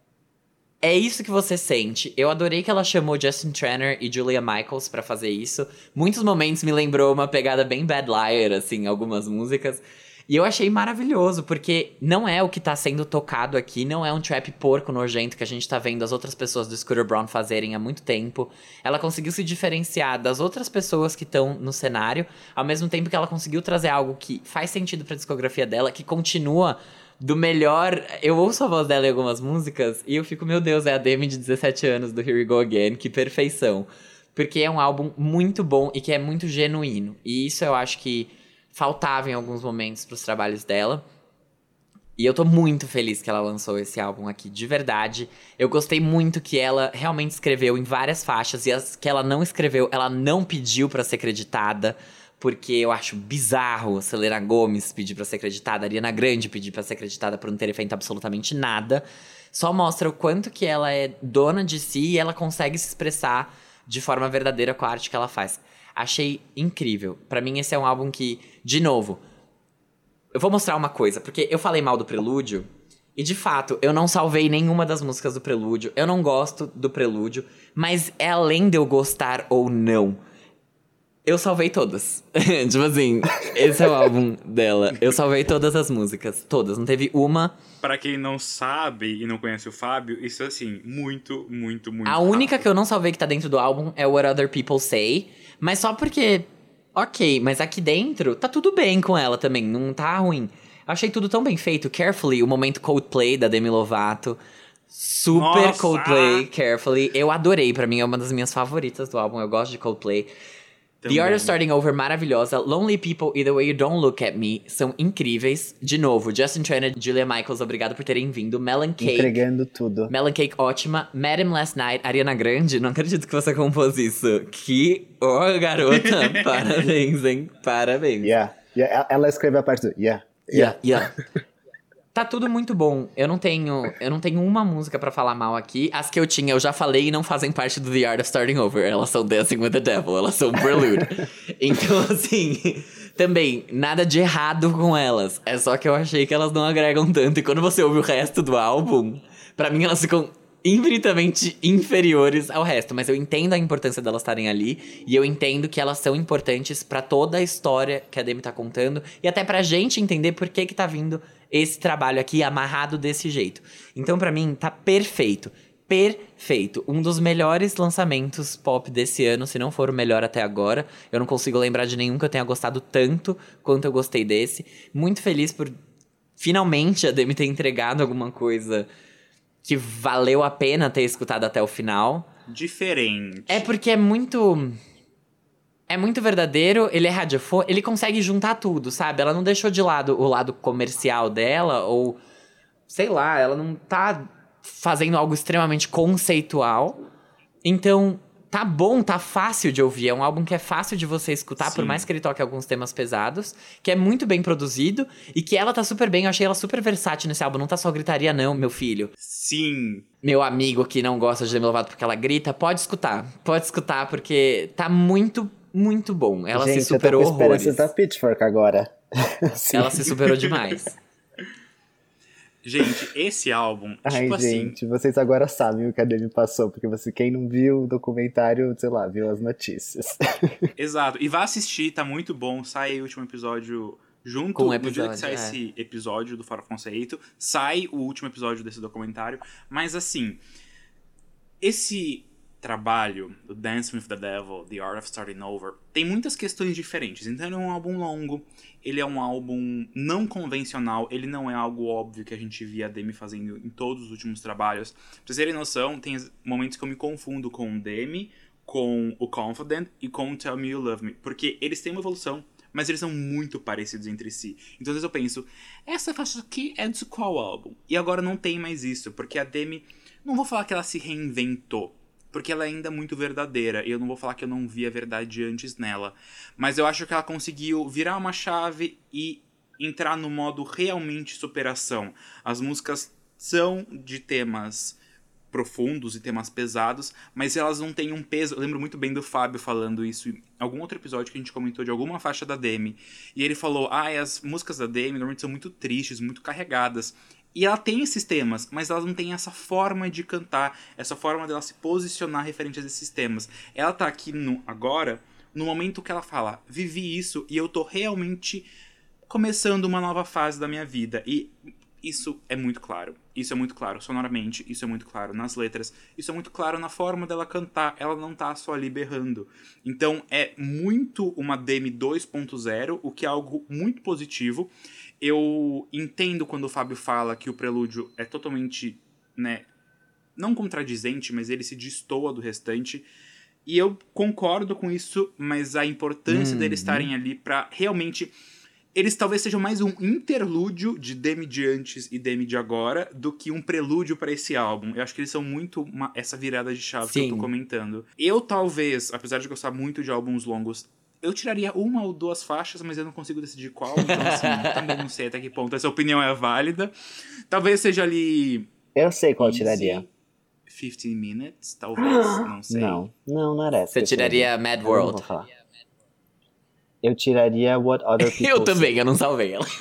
é isso que você sente. Eu adorei que ela chamou Justin Tranter e Julia Michaels pra fazer isso. Muitos momentos me lembrou uma pegada bem Bad Liar, assim, algumas músicas. E eu achei maravilhoso, porque não é o que tá sendo tocado aqui, não é um trap porco nojento que a gente tá vendo as outras pessoas do Scooter Braun fazerem há muito tempo. Ela conseguiu se diferenciar das outras pessoas que estão no cenário, ao mesmo tempo que ela conseguiu trazer algo que faz sentido pra discografia dela, que continua do melhor... Eu ouço a voz dela em algumas músicas e eu fico, meu Deus, é a Demi de 17 anos do Here We Go Again, que perfeição. Porque é um álbum muito bom e que é muito genuíno. E isso eu acho que faltava em alguns momentos pros trabalhos dela. E eu tô muito feliz que ela lançou esse álbum aqui, de verdade. Eu gostei muito que ela realmente escreveu em várias faixas. E as que ela não escreveu, ela não pediu pra ser creditada. Porque eu acho bizarro Selena Gomez pedir pra ser creditada, Ariana Grande pedir pra ser creditada por não ter feito absolutamente nada. Só mostra o quanto que ela é dona de si e ela consegue se expressar de forma verdadeira com a arte que ela faz. Achei incrível. Pra mim, esse é um álbum que, de novo, eu vou mostrar uma coisa, porque eu falei mal do Prelúdio, e de fato, eu não salvei nenhuma das músicas do Prelúdio, eu não gosto do Prelúdio, mas é além de eu gostar ou não. Eu salvei todas. Tipo assim, esse é o álbum dela. Eu salvei todas as músicas, todas, não teve uma... Pra quem não sabe e não conhece o Fábio, isso é assim, muito, muito, muito A única raro. que eu não salvei que tá dentro do álbum é What Other People Say. Mas só porque... Ok, mas aqui dentro tá tudo bem com ela também, não tá ruim. Eu achei tudo tão bem feito. Carefully, o momento Coldplay da Demi Lovato. Super Nossa! Coldplay, Carefully. Eu adorei, pra mim é uma das minhas favoritas do álbum. Eu gosto de Coldplay. Também. The Art of Starting Over, maravilhosa. Lonely People e The Way You Don't Look At Me são incríveis. De novo, Justin Tranter e Julia Michaels, obrigado por terem vindo. Melon Cake. Entregando tudo. Melon Cake, ótima. Madam Last Night, Ariana Grande. Não acredito que você compôs isso. Que... Oh, garota. Parabéns, hein? Parabéns. Yeah. Ela escreveu a parte do yeah. Yeah. Tá tudo muito bom. Eu não tenho uma música pra falar mal aqui. As que eu tinha, eu já falei e não fazem parte do The Art of Starting Over. Elas são Dancing with the Devil, elas são Prelude. Então, assim, também, nada de errado com elas. É só que eu achei que elas não agregam tanto. E quando você ouve o resto do álbum, pra mim elas ficam infinitamente inferiores ao resto. Mas eu entendo a importância delas estarem ali. E eu entendo que elas são importantes pra toda a história que a Demi tá contando. E até pra gente entender por que tá vindo esse trabalho aqui amarrado desse jeito. Então, pra mim, tá perfeito. Perfeito. Um dos melhores lançamentos pop desse ano, se não for o melhor até agora. Eu não consigo lembrar de nenhum que eu tenha gostado tanto quanto eu gostei desse. Muito feliz por, finalmente, a Demi ter entregado alguma coisa que valeu a pena ter escutado até o final. Diferente. É porque é muito verdadeiro, ele é radiofônico, ele consegue juntar tudo, sabe? Ela não deixou de lado o lado comercial dela, ou... Sei lá, ela não tá fazendo algo extremamente conceitual. Então, tá bom, tá fácil de ouvir. É um álbum que é fácil de você escutar, Sim. por mais que ele toque alguns temas pesados. Que é muito bem produzido e que ela tá super bem. Eu achei ela super versátil nesse álbum. Não tá só gritaria não, meu filho. Sim. Meu amigo que não gosta de Demi Lovato porque ela grita, pode escutar. Pode escutar porque tá muito bom. Ela Gente, se superou eu tô com horrores. esperança da Pitchfork agora. Sim. Ela se superou demais. Gente, esse álbum, Ai, tipo assim... gente, vocês agora sabem o que a Demi passou, porque quem não viu o documentário, sei lá, viu as notícias. Exato. E vá assistir, tá muito bom. Sai o último episódio junto. Com o No dia episódio, que sai esse episódio do Fora Conceito, sai o último episódio desse documentário. Mas assim, esse trabalho, o Dancing with the Devil, The Art of Starting Over, tem muitas questões diferentes. Então ele é um álbum longo, ele é um álbum não convencional, ele não é algo óbvio que a gente via a Demi fazendo em todos os últimos trabalhos. Pra vocês terem noção, tem momentos que eu me confundo com o Demi, com o Confident e com o Tell Me You Love Me, porque eles têm uma evolução, mas eles são muito parecidos entre si. Então às vezes eu penso, essa faixa aqui é de qual álbum? E agora não tem mais isso, porque a Demi, não vou falar que ela se reinventou, porque ela é ainda muito verdadeira, e eu não vou falar que eu não vi a verdade antes nela, mas eu acho que ela conseguiu virar uma chave e entrar no modo realmente superação. As músicas são de temas profundos e temas pesados, mas elas não têm um peso. Eu lembro muito bem do Fábio falando isso em algum outro episódio que a gente comentou de alguma faixa da Demi, e ele falou, as músicas da Demi normalmente são muito tristes, muito carregadas, e ela tem esses temas, mas ela não tem essa forma de cantar, essa forma dela se posicionar referente a esses temas. Ela tá aqui agora, no momento que ela fala, vivi isso e eu tô realmente começando uma nova fase da minha vida. E isso é muito claro. Isso é muito claro sonoramente, isso é muito claro nas letras, isso é muito claro na forma dela cantar. Ela não tá só ali berrando. Então é muito uma Demi 2.0, o que é algo muito positivo. Eu entendo quando o Fábio fala que o prelúdio é totalmente, né, não contradizente, mas ele se destoa do restante. E eu concordo com isso, mas a importância deles estarem ali pra realmente... Eles talvez sejam mais um interlúdio de Demi de antes e Demi de agora do que um prelúdio pra esse álbum. Eu acho que eles são muito essa virada de chave que eu tô comentando. Eu talvez, apesar de gostar muito de álbuns longos, eu tiraria uma ou duas faixas, mas eu não consigo decidir qual. Então, assim, também não sei até que ponto essa opinião é válida. Talvez seja ali... Eu sei qual eu tiraria. 15 Minutes, talvez, não sei. Não era essa. Você tiraria Mad World? Eu não vou falar. Eu tiraria What Other People Eu também, Say. eu não salvei ela.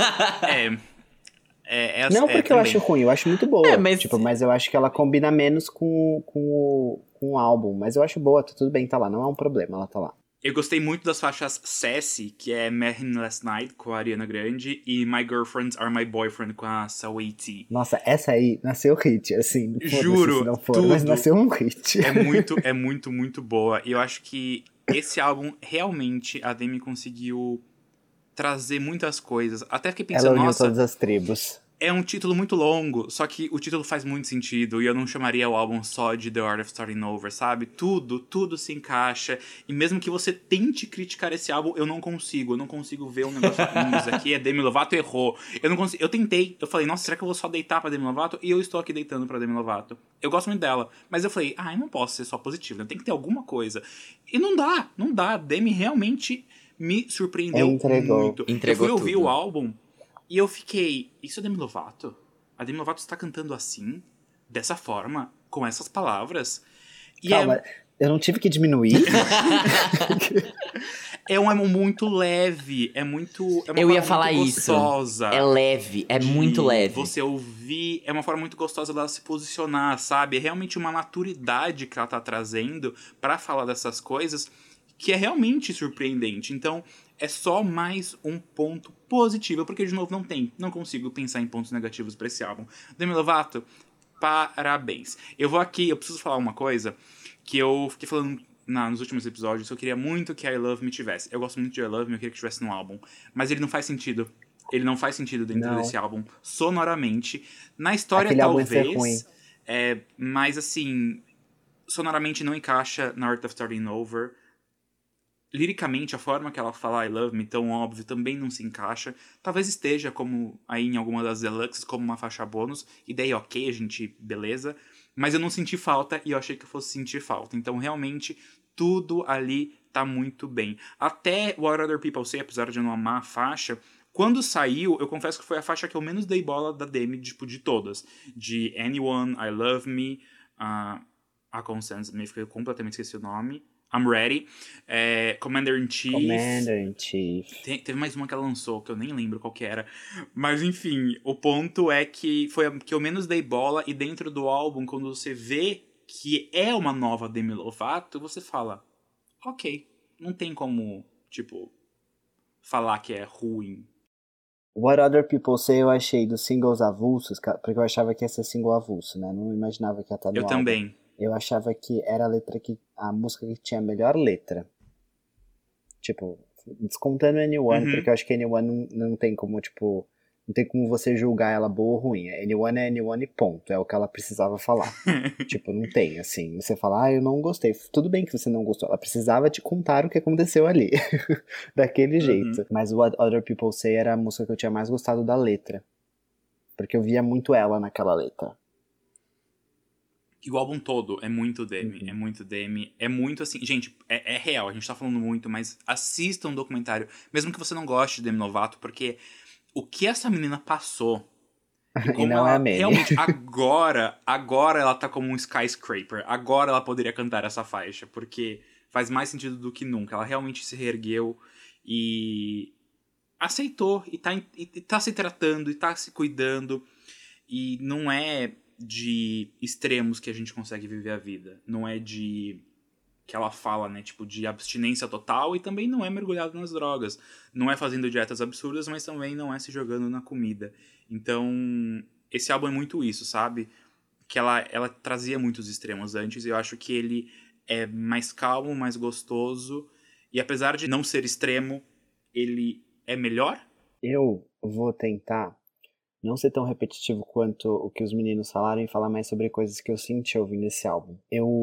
Não porque eu também. acho ruim, eu acho muito boa. Mas... mas eu acho que ela combina menos com o álbum. Mas eu acho boa, tudo bem, tá lá. Não é um problema, ela tá lá. Eu gostei muito das faixas Sassy, que é Met Him Last Night, com a Ariana Grande, e My Girlfriends Are My Boyfriend, com a Saweetie. Nossa, essa aí nasceu hit, assim. Juro, se não for, tudo. mas nasceu um hit. É muito, muito boa. E eu acho que esse álbum, realmente, a Demi conseguiu trazer muitas coisas. Até fiquei pensando, Ela uniu nossa... todas as tribos. É um título muito longo, só que o título faz muito sentido e eu não chamaria o álbum só de The Art of Starting Over, sabe? Tudo se encaixa e mesmo que você tente criticar esse álbum, eu não consigo ver um negócio isso aqui é Demi Lovato errou. Eu não consigo, eu tentei, eu falei, nossa, será que eu vou só deitar pra Demi Lovato? E eu estou aqui deitando pra Demi Lovato. Eu gosto muito dela, mas eu falei, eu não posso ser só positivo, né? Tem que ter alguma coisa. E não dá, a Demi realmente me surpreendeu muito. Eu fui ouvir o álbum e eu fiquei, isso é Demi Lovato? A Demi Lovato está cantando assim? Dessa forma? Com essas palavras? E Calma, eu não tive que diminuir? É um álbum muito leve, é uma eu ia forma falar muito isso. gostosa. É leve, é muito leve. Você ouvir, é uma forma muito gostosa dela se posicionar, sabe? É realmente uma maturidade que ela tá trazendo pra falar dessas coisas que é realmente surpreendente. Então, é só mais um ponto positivo, porque, de novo, não consigo pensar em pontos negativos pra esse álbum. Demi Lovato, parabéns. Eu preciso falar uma coisa que eu fiquei falando nos últimos episódios, eu queria muito que I Love Me tivesse. Eu gosto muito de I Love Me, eu queria que tivesse no álbum, mas ele não faz sentido. Ele não faz sentido dentro desse álbum, sonoramente. Na história, aquele talvez, álbum ia ser ruim. mas assim, sonoramente não encaixa na Art of Starting Over. Liricamente, a forma que ela fala I Love Me, tão óbvio, também não se encaixa. Talvez esteja como aí em alguma das deluxes, como uma faixa bônus. E daí, ok, a gente, beleza. Mas eu não senti falta e eu achei que eu fosse sentir falta. Então, realmente, tudo ali tá muito bem. Até What Other People Say, apesar de eu não amar a faixa, quando saiu, eu confesso que foi a faixa que eu menos dei bola da Demi, tipo, de todas. De Anyone, I Love Me, a Constance, eu completamente esqueci o nome. I'm Ready, Commander-in-Chief. Commander-in-Chief. Teve mais uma que ela lançou, que eu nem lembro qual que era. Mas, enfim, o ponto é que foi a que eu menos dei bola. E dentro do álbum, quando você vê que é uma nova Demi Lovato, você fala, ok, não tem como, tipo, falar que é ruim. What Other People Say eu achei dos singles avulsos, porque eu achava que ia ser single avulso, né? Não imaginava que ia estar no álbum. Eu achava que era a música que tinha a melhor letra. Tipo, descontando Anyone, porque eu acho que Anyone não tem como, tipo, não tem como você julgar ela boa ou ruim. Anyone é Anyone, ponto. É o que ela precisava falar. Tipo, não tem, assim. Você fala, eu não gostei. Tudo bem que você não gostou. Ela precisava te contar o que aconteceu ali. Daquele jeito. Mas What Other People Say era a música que eu tinha mais gostado da letra. Porque eu via muito ela naquela letra. E o álbum todo é muito Demi, é muito Demi, é muito assim, gente, é real, a gente tá falando muito, mas assista um documentário, mesmo que você não goste de Demi Lovato, porque o que essa menina passou, e como não é ela meme. realmente, agora ela tá como um skyscraper, agora ela poderia cantar essa faixa, porque faz mais sentido do que nunca, ela realmente se reergueu e aceitou, e tá se tratando, e tá se cuidando, e não é de extremos que a gente consegue viver a vida. Não é de... que ela fala, né? Tipo, de abstinência total e também não é mergulhado nas drogas. Não é fazendo dietas absurdas, mas também não é se jogando na comida. Então, esse álbum é muito isso, sabe? Que ela trazia muitos extremos antes e eu acho que ele é mais calmo, mais gostoso. E apesar de não ser extremo, ele é melhor. Eu vou tentar não ser tão repetitivo quanto o que os meninos falaram e falar mais sobre coisas que eu senti ouvindo esse álbum.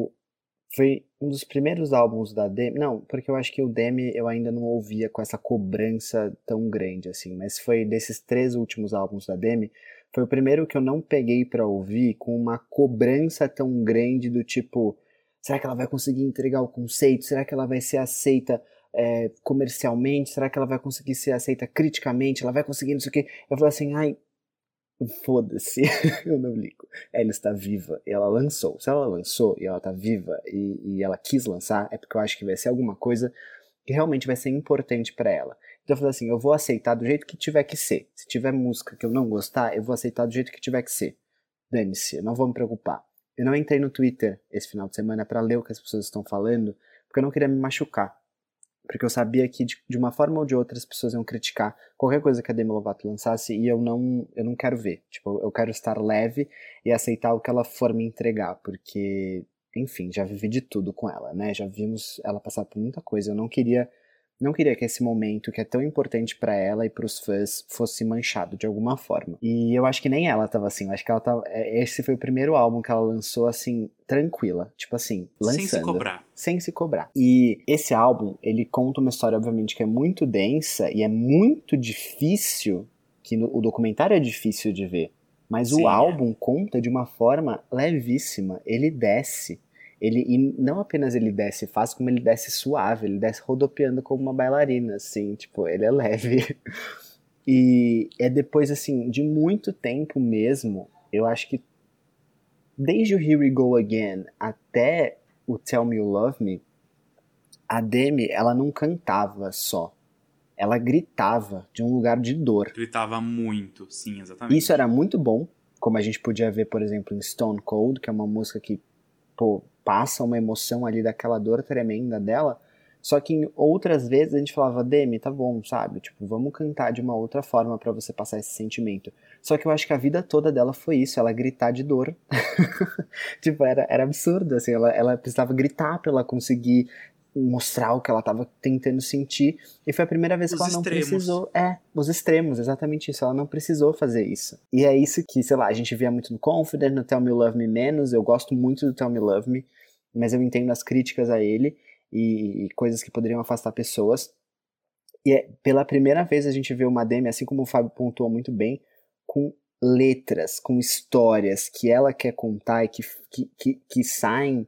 Foi um dos primeiros álbuns da Demi. Não, porque eu acho que o Demi eu ainda não ouvia com essa cobrança tão grande, assim. Mas foi desses 3 últimos álbuns da Demi, foi o primeiro que eu não peguei pra ouvir com uma cobrança tão grande do tipo, será que ela vai conseguir entregar o conceito? Será que ela vai ser aceita comercialmente? Será que ela vai conseguir ser aceita criticamente? Ela vai conseguir não sei o quê? Eu falei assim, ai, foda-se, eu não ligo. Ela está viva e ela lançou. Se ela lançou e ela está viva e ela quis lançar, é porque eu acho que vai ser alguma coisa que realmente vai ser importante pra ela. Então eu falei assim, eu vou aceitar do jeito que tiver que ser. Se tiver música que eu não gostar, eu vou aceitar do jeito que tiver que ser. Dane-se, eu não vou me preocupar. Eu não entrei no Twitter esse final de semana pra ler o que as pessoas estão falando, porque eu não queria me machucar. Porque eu sabia que de uma forma ou de outra as pessoas iam criticar qualquer coisa que a Demi Lovato lançasse e eu não quero ver. Tipo, eu quero estar leve e aceitar o que ela for me entregar, porque, enfim, já vivi de tudo com ela, né? Já vimos ela passar por muita coisa. Eu não queria que esse momento que é tão importante pra ela e pros fãs fosse manchado de alguma forma. E eu acho que nem ela tava assim. Eu acho que ela tava. Esse foi o primeiro álbum que ela lançou assim, tranquila. Tipo assim, lançando. Sem se cobrar. Sem se cobrar. E esse álbum, ele conta uma história, obviamente, que é muito densa e é muito difícil. O documentário é difícil de ver. Mas Sim, o álbum conta de uma forma levíssima. Ele desce. E não apenas ele desce fácil, como ele desce suave, ele desce rodopiando como uma bailarina, assim, tipo, ele é leve. E é depois, assim, de muito tempo mesmo, eu acho que desde o Here We Go Again até o Tell Me You Love Me, a Demi, ela não cantava só. Ela gritava de um lugar de dor. Gritava muito, sim, exatamente. Isso era muito bom, como a gente podia ver, por exemplo, em Stone Cold, que é uma música que, pô, passa uma emoção ali daquela dor tremenda dela, só que em outras vezes a gente falava, Demi, tá bom, sabe? Tipo, vamos cantar de uma outra forma pra você passar esse sentimento. Só que eu acho que a vida toda dela foi isso, ela gritar de dor. Tipo, era absurdo, assim, ela precisava gritar pra ela conseguir mostrar o que ela tava tentando sentir, e foi a primeira vez que ela não precisou. Os extremos, exatamente isso, ela não precisou fazer isso. E é isso que, sei lá, a gente via muito no Confident, no Tell Me You Love Me menos, eu gosto muito do Tell Me You Love Me, mas eu entendo as críticas a ele, e coisas que poderiam afastar pessoas. E pela primeira vez a gente vê uma Demi, assim como o Fábio pontuou muito bem, com letras, com histórias que ela quer contar e que saem...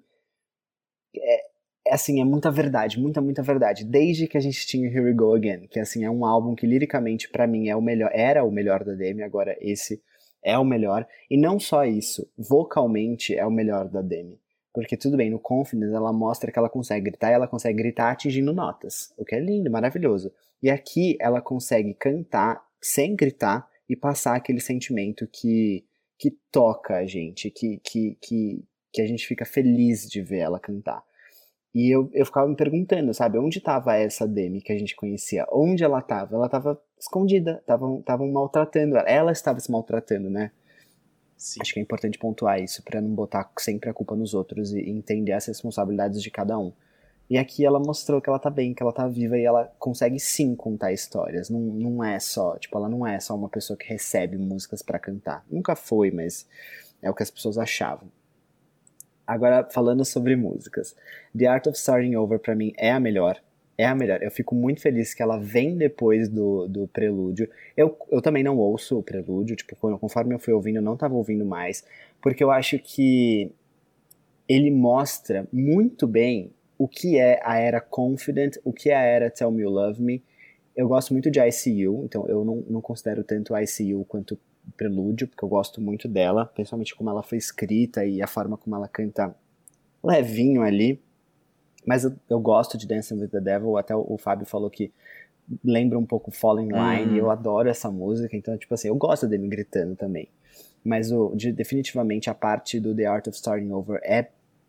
assim, é muita verdade, muita verdade. Desde que a gente tinha Here We Go Again, que assim, é um álbum que liricamente pra mim é o melhor, era o melhor da Demi, agora esse é o melhor. E não só isso, vocalmente é o melhor da Demi. Porque tudo bem, no Confidence ela mostra que ela consegue gritar, e ela consegue gritar atingindo notas, o que é lindo, maravilhoso. E aqui ela consegue cantar sem gritar e passar aquele sentimento que toca a gente, que a gente fica feliz de ver ela cantar. E eu ficava me perguntando, sabe, onde estava essa Demi que a gente conhecia? Onde ela estava? Ela estava escondida, estavam maltratando ela. Ela estava se maltratando, né? Sim. Acho que é importante pontuar isso pra não botar sempre a culpa nos outros e entender as responsabilidades de cada um. E aqui ela mostrou que ela tá bem, que ela tá viva e ela consegue sim contar histórias. Não é só, tipo, ela não é só uma pessoa que recebe músicas pra cantar. Nunca foi, mas é o que as pessoas achavam. Agora, falando sobre músicas. The Art of Starting Over pra mim é a melhor. É a melhor. Eu fico muito feliz que ela vem depois do Prelúdio. Eu também não ouço o Prelúdio, tipo, conforme eu fui ouvindo, eu não tava ouvindo mais, porque eu acho que ele mostra muito bem o que é a era Confident, o que é a era Tell Me You Love Me. Eu gosto muito de ICU, então eu não considero tanto ICU quanto Prelúdio, porque eu gosto muito dela, principalmente como ela foi escrita e a forma como ela canta levinho ali. Mas eu gosto de Dancing with the Devil, até o Fábio falou que lembra um pouco Falling Line, e eu adoro essa música, então, tipo assim, eu gosto dele gritando também. Mas definitivamente a parte do The Art of Starting Over é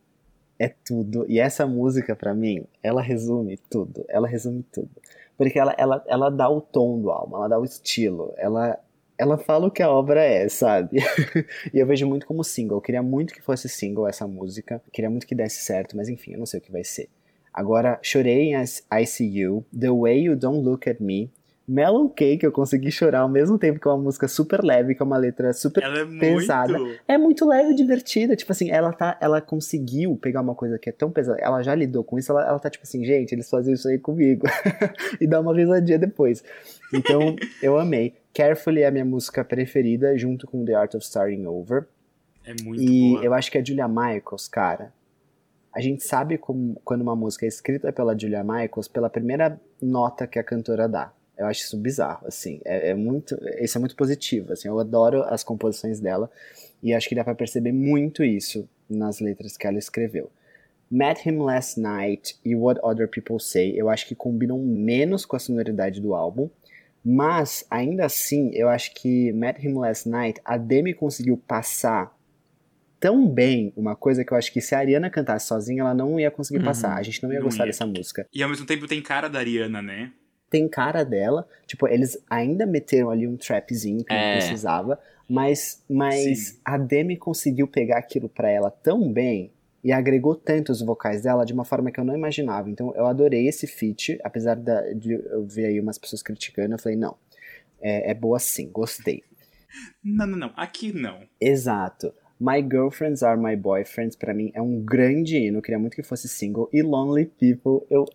tudo. E essa música, pra mim, ela resume tudo. Ela resume tudo. Porque ela dá o tom do álbum, ela dá o estilo, ela fala o que a obra é, sabe? E eu vejo muito como single. Eu queria muito que fosse single essa música. Eu queria muito que desse certo, mas enfim, eu não sei o que vai ser. Agora, chorei em ICU, The Way You Don't Look At Me, Melon Cake, eu consegui chorar ao mesmo tempo que é uma música super leve, que é uma letra super pesada. É muito leve e divertida. Tipo assim, ela conseguiu pegar uma coisa que é tão pesada. Ela já lidou com isso, ela tá tipo assim, gente, eles faziam isso aí comigo. E dá uma risadinha depois. Então, eu amei. Carefully é a minha música preferida, junto com The Art of Starting Over. É muito boa. E eu acho que a Julia Michaels, cara, a gente sabe quando uma música é escrita pela Julia Michaels pela primeira nota que a cantora dá. Eu acho isso bizarro, assim, isso é muito positivo, assim, eu adoro as composições dela, e acho que dá pra perceber muito isso nas letras que ela escreveu. Met Him Last Night e What Other People Say, eu acho que combinam menos com a sonoridade do álbum, mas, ainda assim, eu acho que Met Him Last Night, a Demi conseguiu passar tão bem uma coisa que eu acho que se a Ariana cantasse sozinha, ela não ia conseguir passar, a gente não ia gostar dessa música. E ao mesmo tempo tem cara da Ariana, né? Tem cara dela, tipo, eles ainda meteram ali um trapzinho que não precisava, mas a Demi conseguiu pegar aquilo pra ela tão bem e agregou tanto os vocais dela de uma forma que eu não imaginava. Então eu adorei esse feat, apesar de eu ver aí umas pessoas criticando, eu falei, não, é boa sim, gostei. Não, aqui não. Exato. My Girlfriends Are My Boyfriends, pra mim, é um grande hino, eu queria muito que fosse single, e Lonely People, eu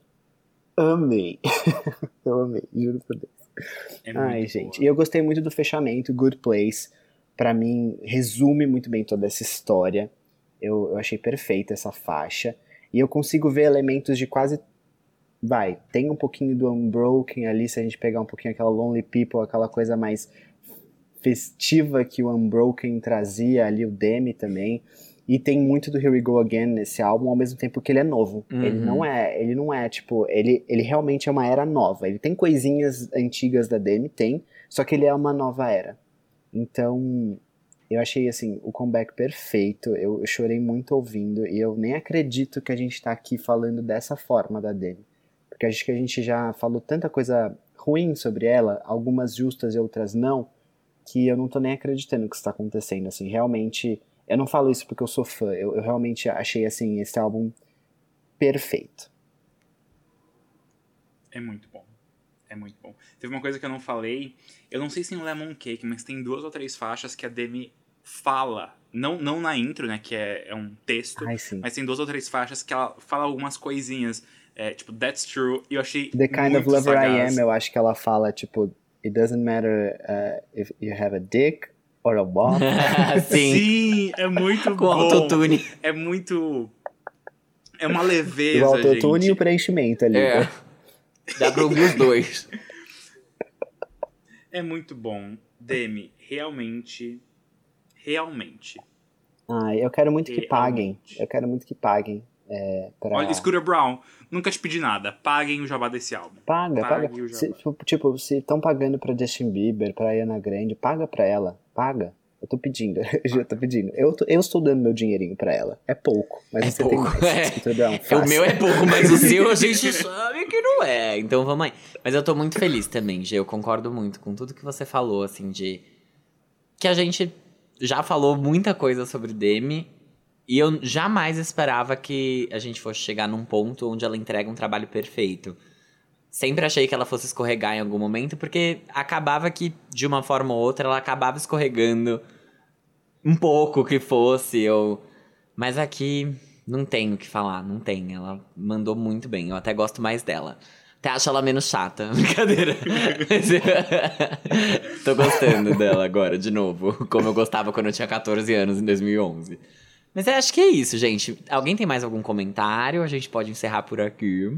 amei. Eu amei, juro por Deus. Ai, gente. Boa. E eu gostei muito do fechamento, Good Place. Pra mim, resume muito bem toda essa história. Eu achei perfeita essa faixa. E eu consigo ver elementos de quase... tem um pouquinho do Unbroken ali, se a gente pegar um pouquinho aquela Lonely People, aquela coisa mais festiva que o Unbroken trazia ali, o Demi também. E tem muito do Here We Go Again nesse álbum, ao mesmo tempo que ele é novo. Ele não é, tipo... Ele realmente é uma era nova. Ele tem coisinhas antigas da Demi, tem. Só que ele é uma nova era. Então, eu achei, assim, o comeback perfeito. Eu chorei muito ouvindo. E eu nem acredito que a gente tá aqui falando dessa forma da Demi. Porque acho que a gente já falou tanta coisa ruim sobre ela, algumas justas e outras não, que eu não tô nem acreditando que isso tá acontecendo, assim. Realmente... Eu não falo isso porque eu sou fã, eu realmente achei, assim, esse álbum perfeito. É muito bom. Teve uma coisa que eu não falei, eu não sei se em Lemon Cake, mas tem 2 ou 3 faixas que a Demi fala, não na intro, né, que é um texto, mas tem 2 ou 3 faixas que ela fala algumas coisinhas, tipo, That's True, e eu achei The Kind of Lover I Am, eu acho que ela fala, tipo, It doesn't matter if you have a dick, or a bop. Sim, é muito com bom. Autotune. É muito... É uma leveza, o autotune gente. e o preenchimento ali. Dá pra ouvir os dois. É muito bom. Demi, realmente... Eu quero muito que paguem. Eu quero muito que paguem. Olha, Scooter Brown, nunca te pedi nada. Paguem o jabá desse álbum. Paga. Se estão pagando pra Justin Bieber, pra Ariana Grande, paga pra ela. Paga. Eu tô pedindo. Eu tô pedindo. Eu estou dando meu dinheirinho pra ela. É pouco, mas você pouco. tem mais. Scooter Brown, o meu é pouco, mas o seu a gente sabe que não é. Então vamos aí. Mas eu tô muito feliz também, Gê. Eu concordo muito com tudo que você falou, assim, de... Que a gente já falou muita coisa sobre Demi. E eu jamais esperava que a gente fosse chegar num ponto onde ela entrega um trabalho perfeito. Sempre achei que ela fosse escorregar em algum momento, porque acabava que, de uma forma ou outra, ela acabava escorregando um pouco que fosse. Mas aqui não tem o que falar, não tem. Ela mandou muito bem, eu até gosto mais dela. Até acho ela menos chata, brincadeira. Tô gostando dela agora, de novo. Como eu gostava quando eu tinha 14 anos, em 2011. Mas eu acho que é isso, gente. Alguém tem mais algum comentário? A gente pode encerrar por aqui.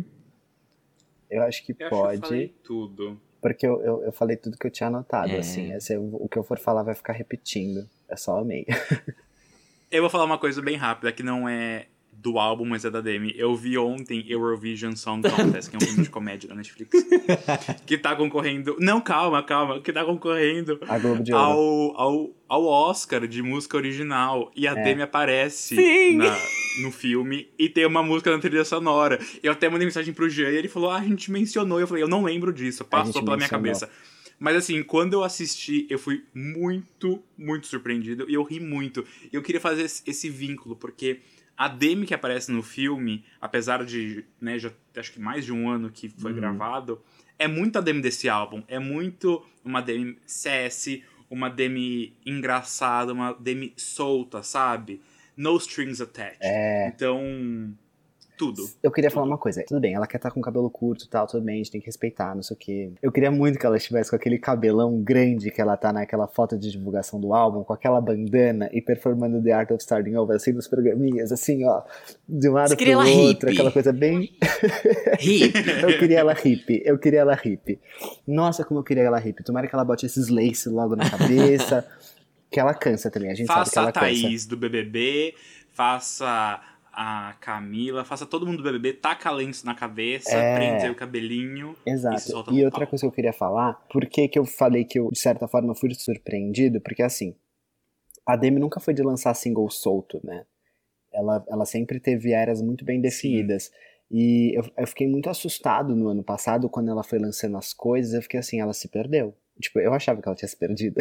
Eu acho que Eu pode. acho que eu falei tudo. Porque eu falei tudo que eu tinha anotado, É. assim. O que eu for falar vai ficar repetindo. É só amei. Eu vou falar uma coisa bem rápida, que não é do álbum, mas é da Demi. Eu vi ontem Eurovision Song Contest, que é um filme de comédia da Netflix. Que tá concorrendo... Não, calma. Que tá concorrendo A Globo de Ouro. ao Oscar de música original. E a Demi aparece Sim. no filme e tem uma música na trilha sonora. Eu até mandei mensagem pro Jean e ele falou, a gente mencionou. Eu falei, eu não lembro disso, passou pela minha cabeça. Mas assim, quando eu assisti, eu fui muito, muito surpreendido. E eu ri muito. E eu queria fazer esse vínculo, porque a Demi que aparece no filme, apesar de, né, já acho que mais de um ano que foi gravado, é muito a Demi desse álbum. É muito uma Demi sassy, uma Demi engraçada, uma Demi solta, sabe? No strings attached. Então, tudo. Eu queria falar uma coisa. Tudo bem, ela quer estar com cabelo curto e tal, tudo bem, a gente tem que respeitar, não sei o quê. Eu queria muito que ela estivesse com aquele cabelão grande que ela tá naquela foto de divulgação do álbum, com aquela bandana e performando The Art of Starting Over, assim, nos programinhas, assim, ó, de um lado Você pro queria ela outro, hippie. aquela coisa bem... Hippie. Eu queria ela hippie. Nossa, como eu queria ela hippie. Tomara que ela bote esses lace logo na cabeça, que ela cansa também, a gente sabe que Faça ela a Thaís cansa. do BBB, faça a Camila, faça todo mundo do BBB, taca lenço na cabeça, prende aí o cabelinho e se Exato. solta E no outra palco. coisa que eu queria falar, por que eu falei que eu, de certa forma, fui surpreendido? Porque, assim, a Demi nunca foi de lançar single solto, né? Ela sempre teve eras muito bem definidas. E eu fiquei muito assustado no ano passado, quando ela foi lançando as coisas, eu fiquei assim, ela se perdeu. Tipo, eu achava que ela tinha se perdido.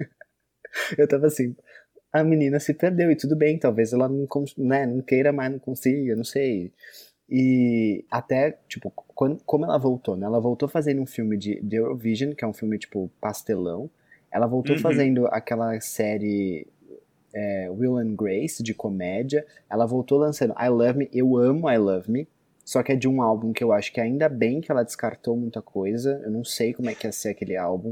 Eu tava assim, a menina se perdeu, e tudo bem, talvez ela não queira mais, não consiga, não sei. E até, tipo, como ela voltou, né? Ela voltou fazendo um filme de Eurovision, que é um filme, tipo, pastelão. Ela voltou fazendo aquela série Will and Grace, de comédia. Ela voltou lançando I Love Me, eu amo I Love Me. Só que é de um álbum que eu acho que ainda bem que ela descartou muita coisa. Eu não sei como é que ia ser aquele álbum.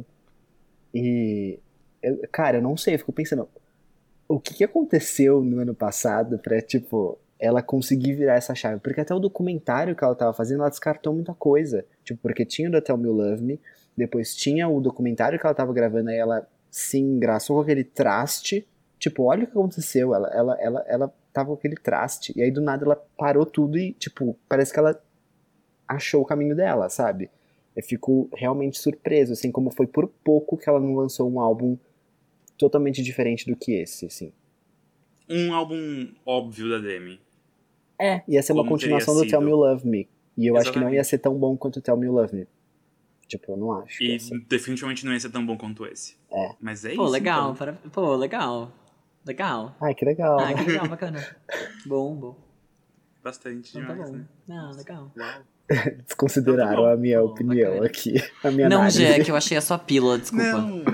E, cara, eu não sei, eu fico pensando, o que aconteceu no ano passado pra, tipo, ela conseguir virar essa chave? Porque até o documentário que ela tava fazendo, ela descartou muita coisa. Tipo, porque tinha o do Tell Me You Love Me, depois tinha o documentário que ela tava gravando, aí ela se engraçou com aquele traste. Tipo, olha o que aconteceu, ela tava com aquele traste, e aí do nada ela parou tudo e, tipo, parece que ela achou o caminho dela, sabe? Eu fico realmente surpreso, assim, como foi por pouco que ela não lançou um álbum totalmente diferente do que esse, assim. Um álbum óbvio da Demi. Ia ser uma Como continuação teria do Tell Me You sido. Love Me. E eu acho que não ia Exatamente. ser tão bom quanto o Tell Me You Love Me. Tipo, eu não acho. que E ia ser. definitivamente não ia ser tão bom quanto esse. Mas é Pô, isso, legal. então. Pô, legal. Legal. Ai, que legal. Ah, que legal, bacana. Bom. Bastante Então tá demais, bom. né? Não, legal. Uau. Desconsideraram Então tá bom. a minha Bom, opinião bacana. aqui. A minha Não, análise. Gé, que eu achei a sua pílula, desculpa. Não.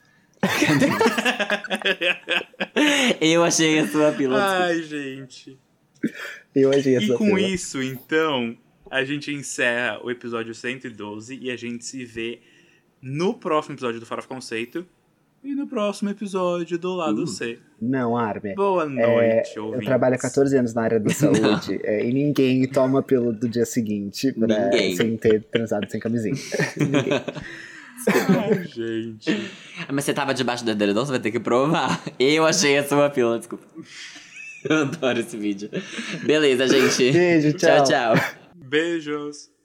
Eu achei a sua pílula, desculpa. Ai, gente. Eu achei E essa com fila. isso, então, a gente encerra o episódio 112 e a gente se vê no próximo episódio do Farofa Conceito e no próximo episódio do Lado C. Não, Armin. Boa noite, Eu ouvintes. trabalho há 14 anos na área da saúde e ninguém toma pílula do dia seguinte Ninguém. sem ter transado sem camisinha. Ninguém. Ai, gente. Mas você tava debaixo do edredom, você vai ter que provar. Eu achei a sua pílula, desculpa. Eu adoro esse vídeo. Beleza, gente. Beijo, tchau. Tchau. Beijos.